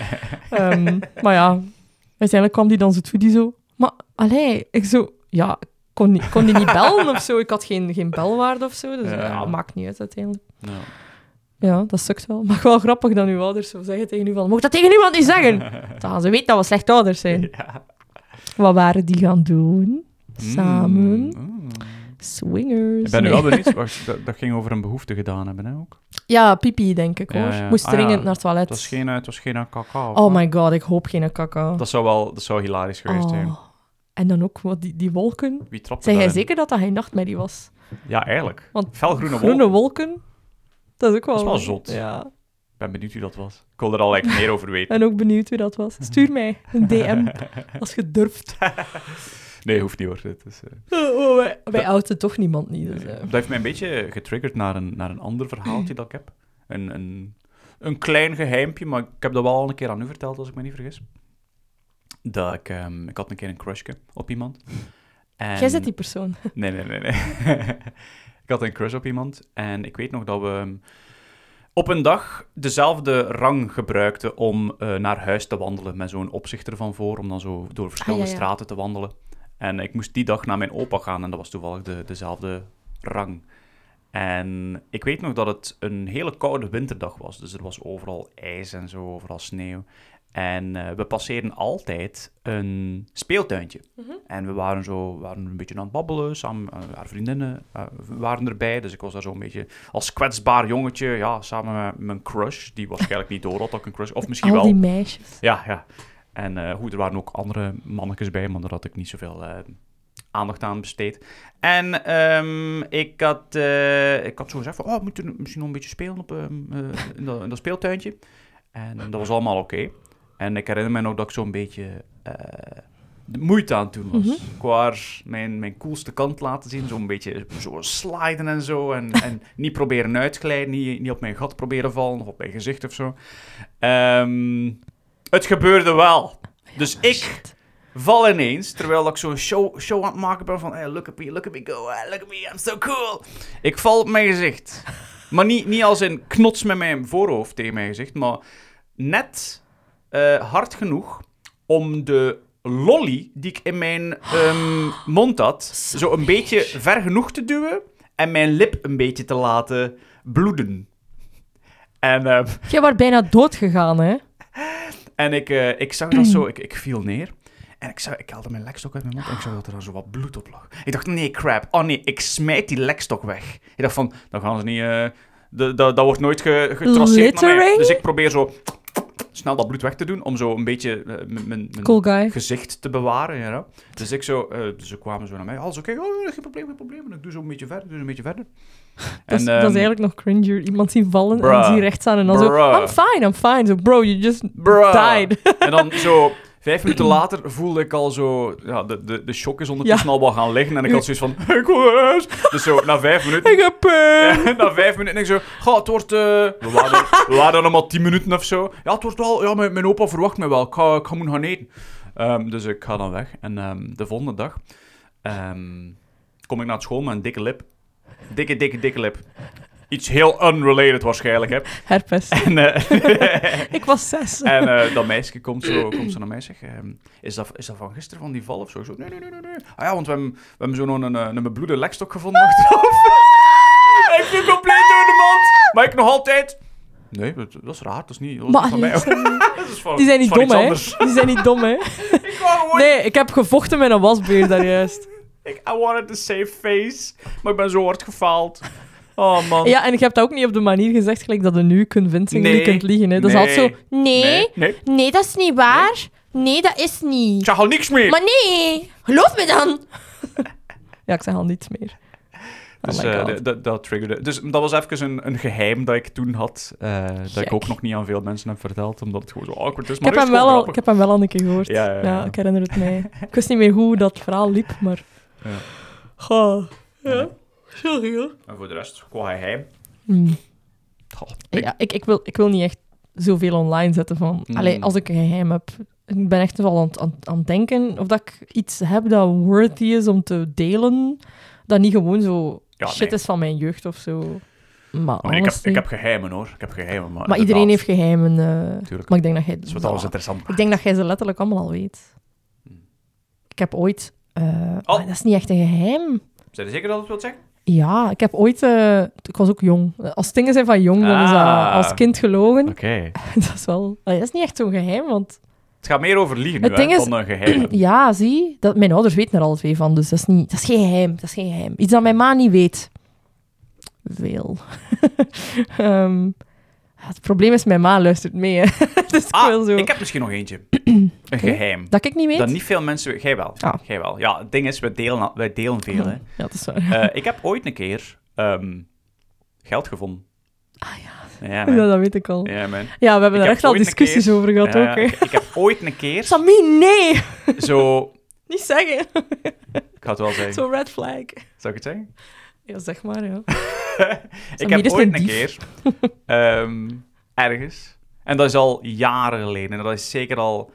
Ehm, maar ja, uiteindelijk kwam die dan zo toe, die zo... Maar, allee, ik zo... Ja, kon, niet, kon die niet bellen of zo? Ik had geen, geen belwaarde of zo. Dus Ja. ja, maakt niet uit uiteindelijk. Ja. Ja, dat sukt wel. Maar wel grappig dat uw ouders zo zeggen tegen u van... Mocht dat tegen niemand niet zeggen? Dan gaan ze weten dat we slechte ouders zijn. Ja. Wat waren die gaan doen? Samen. Mm, mm. Swingers. Ik ben nu Nee. wel benieuwd. Wacht, dat, dat ging over een behoefte gedaan hebben, hè, ook. Ja, pipi, denk ik, hoor. Ja, ja. Moest Ah, dringend ja. naar het toilet. Het was geen, eh, het was geen cacao. Oh my god, ik hoop geen kaka. Dat zou wel dat zou hilarisch geweest zijn. Oh. En dan ook wat die, die wolken. Wie trapte Zeg jij daarin? zeker dat dat geen nachtmerrie was? Ja, eigenlijk. Want Felgroene groene wolken. wolken, dat is ook wel... Dat is wel zot. Ja, Ik ben benieuwd wie dat was. Ik wil er al like, meer over weten. en ook benieuwd wie dat was. Stuur mij een D M, als je durft. Nee, hoeft niet hoor. Het is, eh, Oh, oh, wij, wij outen toch niemand niet. Dus, eh. Dat heeft mij een beetje getriggerd naar een, naar een ander verhaaltje dat ik heb. Een, een, een klein geheimpje, maar ik heb dat wel al een keer aan u verteld, als ik me niet vergis. Dat ik, ehm, ik had een keer een crushje op iemand. En... Jij zit die persoon. Nee, nee, nee, nee. Ik had een crush op iemand en ik weet nog dat we... op een dag dezelfde rang gebruikte om uh, naar huis te wandelen met zo'n opzichter van voor, om dan zo door verschillende Ah, ja, ja. straten te wandelen. En ik moest die dag naar mijn opa gaan en dat was toevallig de, dezelfde rang. En ik weet nog dat het een hele koude winterdag was, dus er was overal ijs en zo, overal sneeuw. En uh, we passeerden altijd een speeltuintje. Mm-hmm. En we waren zo waren een beetje aan het babbelen, samen, uh, haar vriendinnen uh, waren erbij. Dus ik was daar zo een beetje als kwetsbaar jongetje, ja, samen met mijn crush, die waarschijnlijk niet door had dat ik een crush, of misschien Al wel. die meisjes. Ja, ja. En uh, goed, er waren ook andere mannetjes bij, maar daar had ik niet zoveel uh, aandacht aan besteed. En um, ik, had, uh, ik had zo gezegd van, oh, we moeten misschien nog een beetje spelen op, um, uh, in, dat, in dat speeltuintje. En dat was allemaal oké. Okay. En ik herinner me nog dat ik zo'n beetje uh, de moeite aan het doen was. Mm-hmm. Ik wou mijn, mijn coolste kant laten zien, zo'n beetje zo sliden en zo. En, en niet proberen uitglijden, niet, niet op mijn gat proberen vallen of op mijn gezicht of zo. Um, het gebeurde wel. Dus ik val ineens, terwijl ik zo'n show, show aan het maken ben van hey, look at me, look at me go, look at me, I'm so cool. Ik val op mijn gezicht. Maar niet, niet als een knots met mijn voorhoofd tegen mijn gezicht, maar net uh, hard genoeg om de lolly die ik in mijn um, mond had, zo een beetje ver genoeg te duwen en mijn lip een beetje te laten bloeden. En, uh, Jij was bijna dood gegaan, hè? En ik, uh, ik zag dat zo, ik, ik viel neer. En ik, zag, ik haalde mijn lekstok uit mijn mond en ik zag dat er dan zo wat bloed op lag. Ik dacht, nee, crap. Oh nee, ik smijt die lekstok weg. Ik dacht van, dan gaan ze niet... Uh, de, de, dat wordt nooit ge, getraceerd naar mij. Dus ik probeer zo snel dat bloed weg te doen, om zo een beetje uh, mijn cool guy. gezicht te bewaren. You know? Dus ik zo, uh, dus ze kwamen zo naar mij. Alles oké, okay. Oh, geen probleem, geen probleem. En ik doe zo een beetje verder, doe zo een beetje verder. Dat, en, is, um, dat is eigenlijk nog cringer. Iemand zien vallen bruh, en die recht staan en dan bruh. zo... I'm fine, I'm fine. Zo, bro, you just bruh. died. En dan zo... Vijf minuten later voelde ik al zo... Ja, de, de, de shock is ondertussen ja. al wel gaan liggen. En ik had zoiets van... Ik wil naar huis. Dus zo, na vijf minuten... Ik heb pijn. Ja, na vijf minuten denk ik zo... Ga, het wordt... Uh, we, waren, we waren nog maar tien minuten of zo. Ja, het wordt wel... Ja, mijn, mijn opa verwacht me wel. Ik ga, ik ga moeten gaan eten. Um, dus ik ga dan weg. En um, de volgende dag... Um, kom ik naar school met een dikke lip. Dikke, dikke, dikke lip. Iets heel unrelated waarschijnlijk, hè. Herpes. En, uh, ik was zes. En uh, dat meisje komt zo, komt zo naar mij en zegt... Um, is, dat, is dat van gisteren, van die val of zo? Ik zo nee, nee, nee, nee. Ah ja, want we hebben, we hebben zo nog een, een, een bebloede lekstok gevonden achteraf. Ik viel compleet door de mand. Maar ik nog altijd... Nee, dat, dat is raar. Dat is niet, dat is maar, niet van mij. Zijn... dat is van, die zijn niet van dom, hè. Anders. Die zijn niet dom, hè. ik wou gewoon... Nee, ik heb gevochten met een wasbeer daar juist. ik, I wanted to save face. Maar ik ben zo hard gefaald. Oh, man. Ja, en ik heb dat ook niet op de manier gezegd, gelijk dat je nu convincingly nee, kunt liegen. Hè. Dat nee, is altijd zo... Nee, nee, nee, nee, dat is niet waar. Nee, dat is Ik niet. zeg al niks meer. Maar nee, geloof me dan. Ja, ik zeg al niets meer. Dus oh my uh, God. d- d- dat triggerde. Dus dat was even een, een geheim dat ik toen had. Uh, dat ik ook nog niet aan veel mensen heb verteld, omdat het gewoon zo awkward is. Ik Maar heb, is hem wel al, grappig. ik heb hem wel al een keer gehoord. Ja, ja, ja. ja ik herinner het mij. Ik wist niet meer hoe dat verhaal liep, maar... Ja. Goh. Ja. Sorry, hoor. En voor de rest, qua geheim. Hmm. Oh, ik- Ja, ik, ik, wil, ik wil niet echt zoveel online zetten van... Mm. Allee, als ik een geheim heb... Ik ben echt wel aan, het- aan, aan het denken of dat ik iets heb dat worthy is om te delen. Dat niet gewoon zo Ja, shit nee. is van mijn jeugd of zo. Maar, Maar ik, heb, honestly- ik heb geheimen, hoor. Ik heb geheimen, maar... maar iedereen heeft inderdaad, geheimen. eh, Tuurlijk. maar ik denk dat jij... Dat is wat alles interessant ik maakt. denk dat jij ze letterlijk allemaal al weet. Hmm. Ik heb ooit... eh, Oh. maar dat is niet echt een geheim. Zijn je zeker dat het wilt zeggen? Ja, ik heb ooit... eh, ik was ook jong. Als dingen zijn van jong, dan is dat Ah. als kind gelogen. Oké. Okay. dat is wel... allee, dat is niet echt zo'n geheim, want... Het gaat meer over liegen nu, Het hè, ding is- dan een geheim. Ja, zie. Dat, mijn ouders weten er alle twee van, dus dat is, niet, dat is geen geheim. Dat is geen geheim. Iets dat mijn ma niet weet. Veel. Ehm, het probleem is, mijn ma luistert mee. Hè. dus ik wil Ah, zo... ik heb misschien nog eentje. Een geheim. Dat ik niet weet? Dat niet veel mensen... Jij wel. Ah. Jij wel. Ja, het ding is, wij delen, wij delen veel, hè. Ja, dat is waar. Uh, ik heb ooit een keer um, geld gevonden. Ah ja, Ja, ja, man. dat weet ik al. Ja, man. Ja, we hebben Ik er heb echt al ooit een discussies keer- over gehad Ja, ook. Hè. ik, ik heb ooit een keer Sammy, nee! zo... Niet zeggen. Ik ga het wel zeggen. Zo'n red flag. Zou ik het zeggen? Ja, zeg maar, ja. ik Samir heb is ooit een een dief. keer um, ergens... En dat is al jaren geleden. En dat is zeker al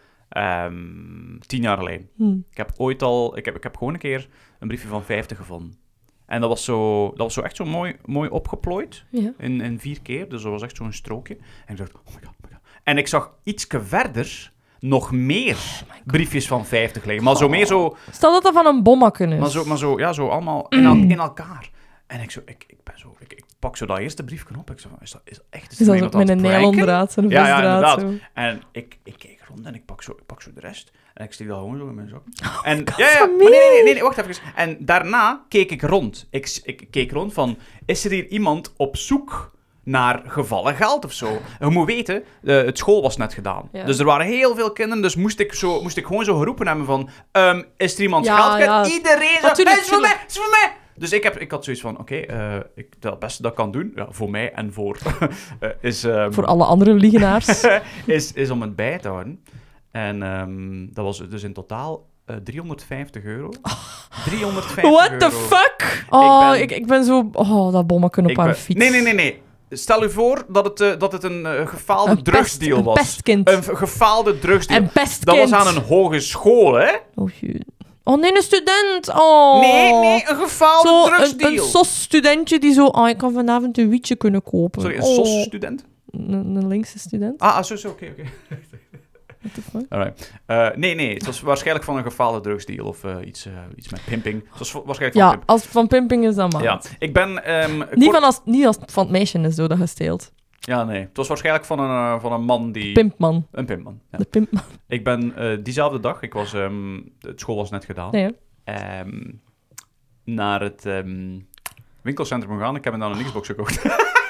um, tien jaar geleden. Hm. Ik heb ooit al... Ik heb, ik heb gewoon een keer een briefje van vijftig gevonden. En dat was zo, dat was zo echt zo mooi, mooi opgeplooid Ja. in, in vier keer. Dus dat was echt zo'n strookje. En ik dacht, oh my god, oh my god. En ik zag ietsje verder nog meer briefjes van vijftig liggen. Maar zo meer zo... Stel dat dat van een bommakken is. Maar zo, maar zo, ja, zo allemaal in, el- in elkaar. En ik, zo, ik, ik, ben zo, ik, ik pak zo dat eerste briefje op. Ik zo, is dat, is dat echt... Is dat mij zo wat aan met het een pranken? nylondraad, zo'n Ja, ja, visdraad. inderdaad. Zo. En ik, ik keek rond en ik pak zo, ik pak zo de rest. En ik steek dat gewoon zo in mijn zak. En, God, ja, ja, Samir. maar nee, nee, nee, nee, wacht even. En daarna keek ik rond. Ik, ik keek rond van, is er hier iemand op zoek naar gevallen geld of zo? En je moet weten, de, het school was net gedaan. Ja. Dus er waren heel veel kinderen, dus moest ik, zo, moest ik gewoon zo geroepen hebben van, um, is er iemand Ja, geld kwijt? ja. Iedereen zo, Natuurlijk, het is voor mij, tuurlijk. het is voor mij! Dus ik, heb, ik had zoiets van, oké, okay, uh, ik dat het beste dat ik kan doen, ja, voor mij en voor, uh, is... Um, Voor alle andere liegenaars. is, is om het bij te houden. En um, dat was dus in totaal uh, driehonderdvijftig euro. driehonderdvijftig What euro. the fuck? Oh, ben- ik, ik ben zo... Oh, dat bommakken op Ik haar ben- fiets. Nee, nee, nee, nee. Stel u voor dat het, uh, dat het een uh, gefaalde Een drugsdeal pest- een was. pestkind. Een v- gefaalde drugsdeal. En pestkind. Dat was aan een hogeschool, hè? Oh, jee. Oh, nee, een student. Oh. Nee, nee, een gefaalde Zo, een, drugsdeal. een sos-studentje die zo... Oh, ik kan vanavond een wietje kunnen kopen. Sorry, een oh. sos-student? Een, een linkse student. Ah, ah, zo, zo, oké, oké. What the fuck? Alright. Uh, nee, nee, het was waarschijnlijk van een gefaalde drugsdeal of uh, iets, uh, iets met pimping. Het was waarschijnlijk van Ja, pimping. als het van pimping is, dan mag Ja, het. ik ben... Um, Niet, kort- van als, niet als het van het meisje is, zo, dat gesteeld. Ja, nee. Het was waarschijnlijk van een, uh, van een man die... Pimpman. Een pimpman, ja. De pimpman. Ik ben uh, diezelfde dag, ik was... Um, het school was net gedaan. Nee, hè? Um, naar het um, winkelcentrum gegaan. Ik heb me dan een Xbox gekocht.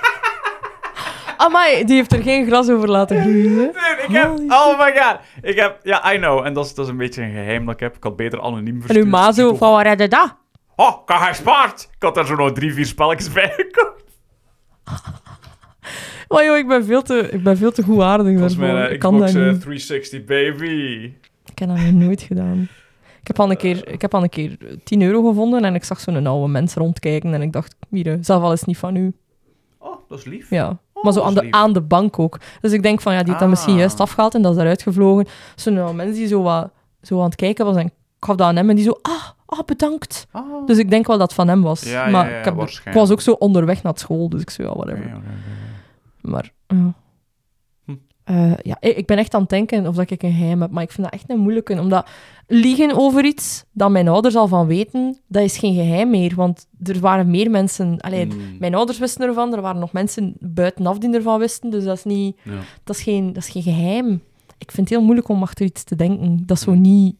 Amai, die heeft er geen gras over laten groeien. Hè? Nee, ik heb... Holy Oh my god. Ik heb... Ja, I know. En dat is, dat is een beetje een geheim dat ik heb. Ik had beter anoniem En verstuurd. uw ma zo, van waar heb je dat? Oh, ik had gespaard. Ik had daar zo nog drie, vier spelletjes bij gekocht. Oh joh, ik ben veel te, ik ben veel te goedaardig Dat was daarvoor. mijn uh, ik kan Xbox dat uh, niet. driehonderdzestig, baby. Ik heb dat nog nooit gedaan. Ik heb al een keer, ik heb al een keer tien euro gevonden en ik zag zo'n oude mens rondkijken en ik dacht, hier, zelf al is niet van u. Oh, dat is lief. Ja. Oh, Maar zo dat aan is de, lief. aan de bank ook. Dus ik denk van, ja, die heeft dat misschien Ah. juist afgehaald en dat is eruit gevlogen. Zo'n oude mens die zo, wat, zo aan het kijken was en ik gaf dat aan hem en die zo, ah, ah bedankt. Ah. Dus ik denk wel dat het van hem was. Ja, ja, maar ja, ik, heb, ik waarschijnlijk. was ook zo onderweg naar school, dus ik zei, ja, whatever. Oké, oké, oké. Maar, ja. Hm. Eh, ja, ik ik ben echt aan het denken of dat ik een geheim heb, maar ik vind dat echt een moeilijke. Omdat liegen over iets dat mijn ouders al van weten, dat is geen geheim meer. Want er waren meer mensen... Allee, Mm. mijn ouders wisten ervan, er waren nog mensen buitenaf die ervan wisten, dus dat is, niet, Ja. dat is, geen, dat is geen geheim. Ik vind het heel moeilijk om achter iets te denken dat zo Hm. niet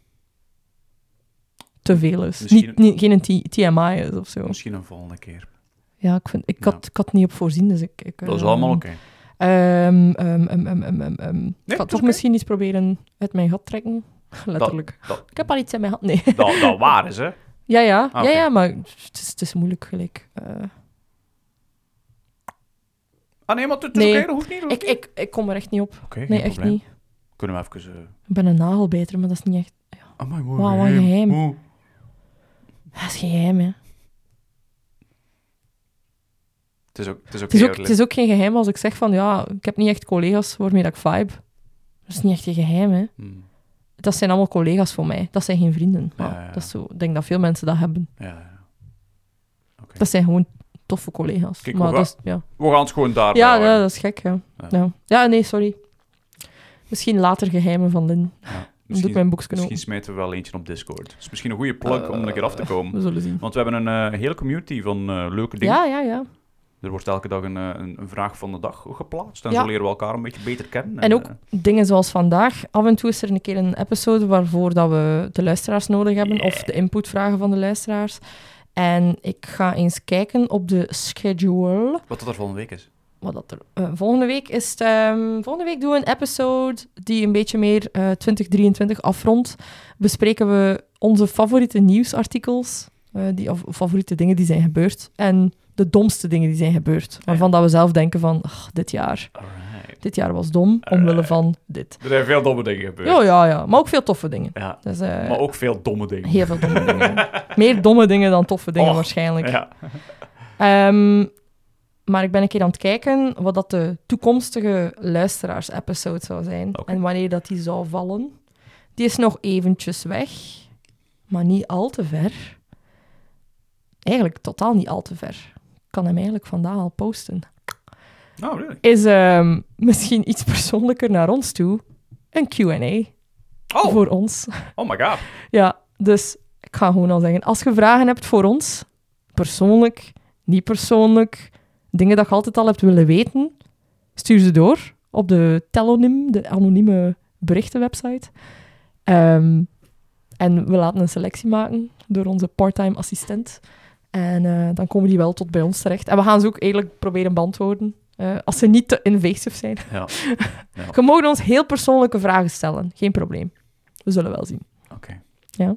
te veel is. Misschien- Niet, niet, geen T- T M I is of zo. Misschien een volgende keer. Ja, ik, vind, ik, Ja. had, ik had het niet op voorzien, dus ik... ik Dat is eh, allemaal oké. Ehm, ehm, ehm, ehm, ehm, ehm, ehm. Ik dat ga is toch oké. misschien iets proberen uit mijn gat trekken. Letterlijk. dat- Ik heb al iets in mijn hand. Nee. Dat, dat waar is, hè? Ja, ja. Ah, ja, oké. ja, maar het is, het is moeilijk gelijk. Eh, Ah nee, maar het is Nee. oké, dat hoeft niet. dat hoeft ik, ik, ik kom er echt niet op. Oké, Nee, geen echt probleem. niet. Kunnen we even... Uh... Ik ben een nagelbijter, maar dat is niet echt... Amai, mooi Wauw, wat geheim. geheim. Oeh. Dat is geen geheim, hè. Het is ook, het is ook Het is, ook, heel het is ook geen geheim als ik zeg van, ja, ik heb niet echt collega's waarmee dat ik vibe. Dat is niet echt een geheim, hè. Hmm. Dat zijn allemaal collega's voor mij. Dat zijn geen vrienden. Maar Ja, ja, ja. Dat is zo, ik denk dat veel mensen dat hebben. Ja, ja. Oké. Dat zijn gewoon toffe collega's. Kijk, maar we dat is, ja. We gaan het gewoon daar Ja, houden. ja, dat is gek, ja. Ja. Ja, ja nee, sorry. Misschien later geheimen van Lin. Ja. Dan doe ik Misschien, mijn boekje misschien open. smijten we wel eentje op Discord. Het is misschien een goede plug om een keer af te komen. We zullen zien. Want we hebben een eh, hele community van eh, leuke dingen. Ja, ja, ja. Er wordt elke dag een, eh, een, een vraag van de dag geplaatst. En Ja. zo leren we elkaar een beetje beter kennen. En ook eh, dingen zoals vandaag. Af en toe is er een keer een episode waarvoor dat we de luisteraars nodig hebben. Of de inputvragen van de luisteraars. En ik ga eens kijken op de schedule. wat dat er volgende week is. Wat dat er, eh, volgende week is het, ehm, volgende week doen we een episode die een beetje meer eh twintig drieëntwintig afrondt. Bespreken we onze favoriete nieuwsartikels, eh, die, of favoriete dingen die zijn gebeurd. En de domste dingen die zijn gebeurd. Waarvan dat we zelf denken van, ach, dit jaar. Alright. Dit jaar was dom, omwille van dit. Er zijn veel domme dingen gebeurd. Ja, ja, ja. Maar ook veel toffe dingen. Ja, Dus, eh, maar ook veel domme dingen. heel veel domme dingen. Meer domme dingen dan toffe dingen Och, waarschijnlijk. Ja. Ehm, maar ik ben een keer aan het kijken wat dat de toekomstige luisteraars-episode zou zijn. Oké. En wanneer dat die zou vallen. Die is nog eventjes weg, maar niet al te ver. eigenlijk totaal niet al te ver. Ik kan hem eigenlijk vandaag al posten. Oh, really? Is um, misschien iets persoonlijker naar ons toe. Een Q en A Oh, voor ons. oh my god. Ja, dus ik ga gewoon al zeggen. Als je vragen hebt voor ons, persoonlijk, niet persoonlijk, dingen dat je altijd al hebt willen weten, stuur ze door op de Telonym, de anonieme berichtenwebsite. Um, en we laten een selectie maken door onze part-time assistent. En uh, dan komen die wel tot bij ons terecht. En we gaan ze ook eigenlijk proberen beantwoorden. Uh, als ze niet te invasive zijn. Ja. Ja. Je mag ons heel persoonlijke vragen stellen. Geen probleem. We zullen wel zien. Oké. Okay. Ja.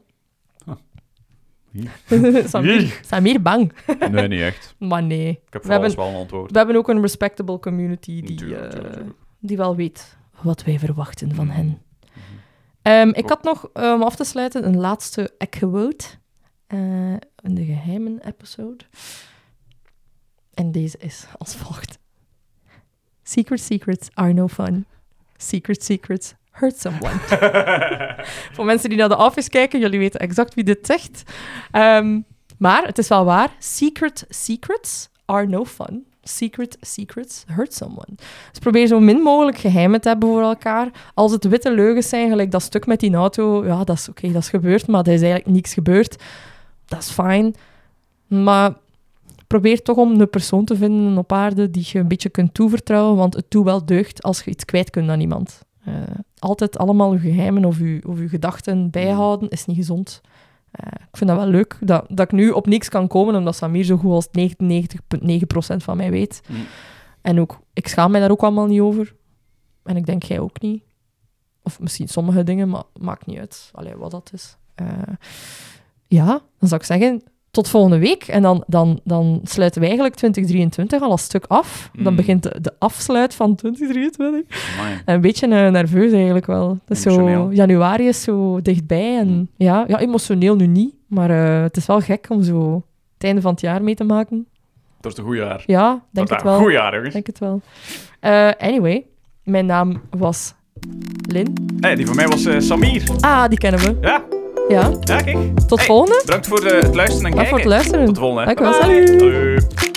Huh. Samir, Samir bang. Nee, niet echt. Maar nee. Ik heb we voor alles hebben, wel een antwoord. we hebben ook een respectable community die, Tuurlijk, uh, tuurlijk, tuurlijk. die wel weet wat wij verwachten van Mm. hen. Mm-hmm. Um, ik had nog, uh, om af te sluiten, een laatste quote. Uh, in de geheimen episode. En deze is als volgt. Secret secrets are no fun. Secret secrets hurt someone. Voor mensen die naar The Office kijken, jullie weten exact wie dit zegt. Um, maar het is wel waar. Secret secrets are no fun. Secret secrets hurt someone. Dus probeer zo min mogelijk geheimen te hebben voor elkaar. Als het witte leugens zijn, gelijk dat stuk met die auto, ja, dat is oké, okay, dat is gebeurd, maar er is eigenlijk niks gebeurd. Dat is fijn. Maar probeer toch om een persoon te vinden op aarde die je een beetje kunt toevertrouwen, want het doet wel deugd als je iets kwijt kunt aan iemand. Uh, altijd allemaal je geheimen of je, of je gedachten bijhouden is niet gezond. Uh, ik vind dat wel leuk, dat, dat ik nu op niks kan komen, omdat Samir zo goed als negenennegentig komma negen procent van mij weet. Mm. En ook, ik schaam mij daar ook allemaal niet over. En ik denk jij ook niet. Of misschien sommige dingen, maar maakt niet uit. Allee, wat dat is. Uh, ja, dan zou ik zeggen, tot volgende week. En dan, dan, dan sluiten we eigenlijk twintig drieëntwintig al een stuk af. Mm. Dan begint de, de afsluit van twintig drieëntwintig. Amai. En een beetje uh, nerveus eigenlijk wel. Dus zo, Emotioneel. januari is zo dichtbij. En Mm. ja, ja, emotioneel nu niet. Maar uh, het is wel gek om zo het einde van het jaar mee te maken. Dat is een goed jaar. Ja, denk dat het is een wel. goed jaar, jongens. Denk het wel. Uh, anyway, mijn naam was Lin. Hey, die van mij was uh, Samir. Ah, die kennen we. Ja, Ja. ja, kijk. Tot Hey, volgende. Bedankt voor de, het luisteren en Bedankt kijken. voor het luisteren. Tot de volgende. Dankjewel. Bye. Salut. Salut.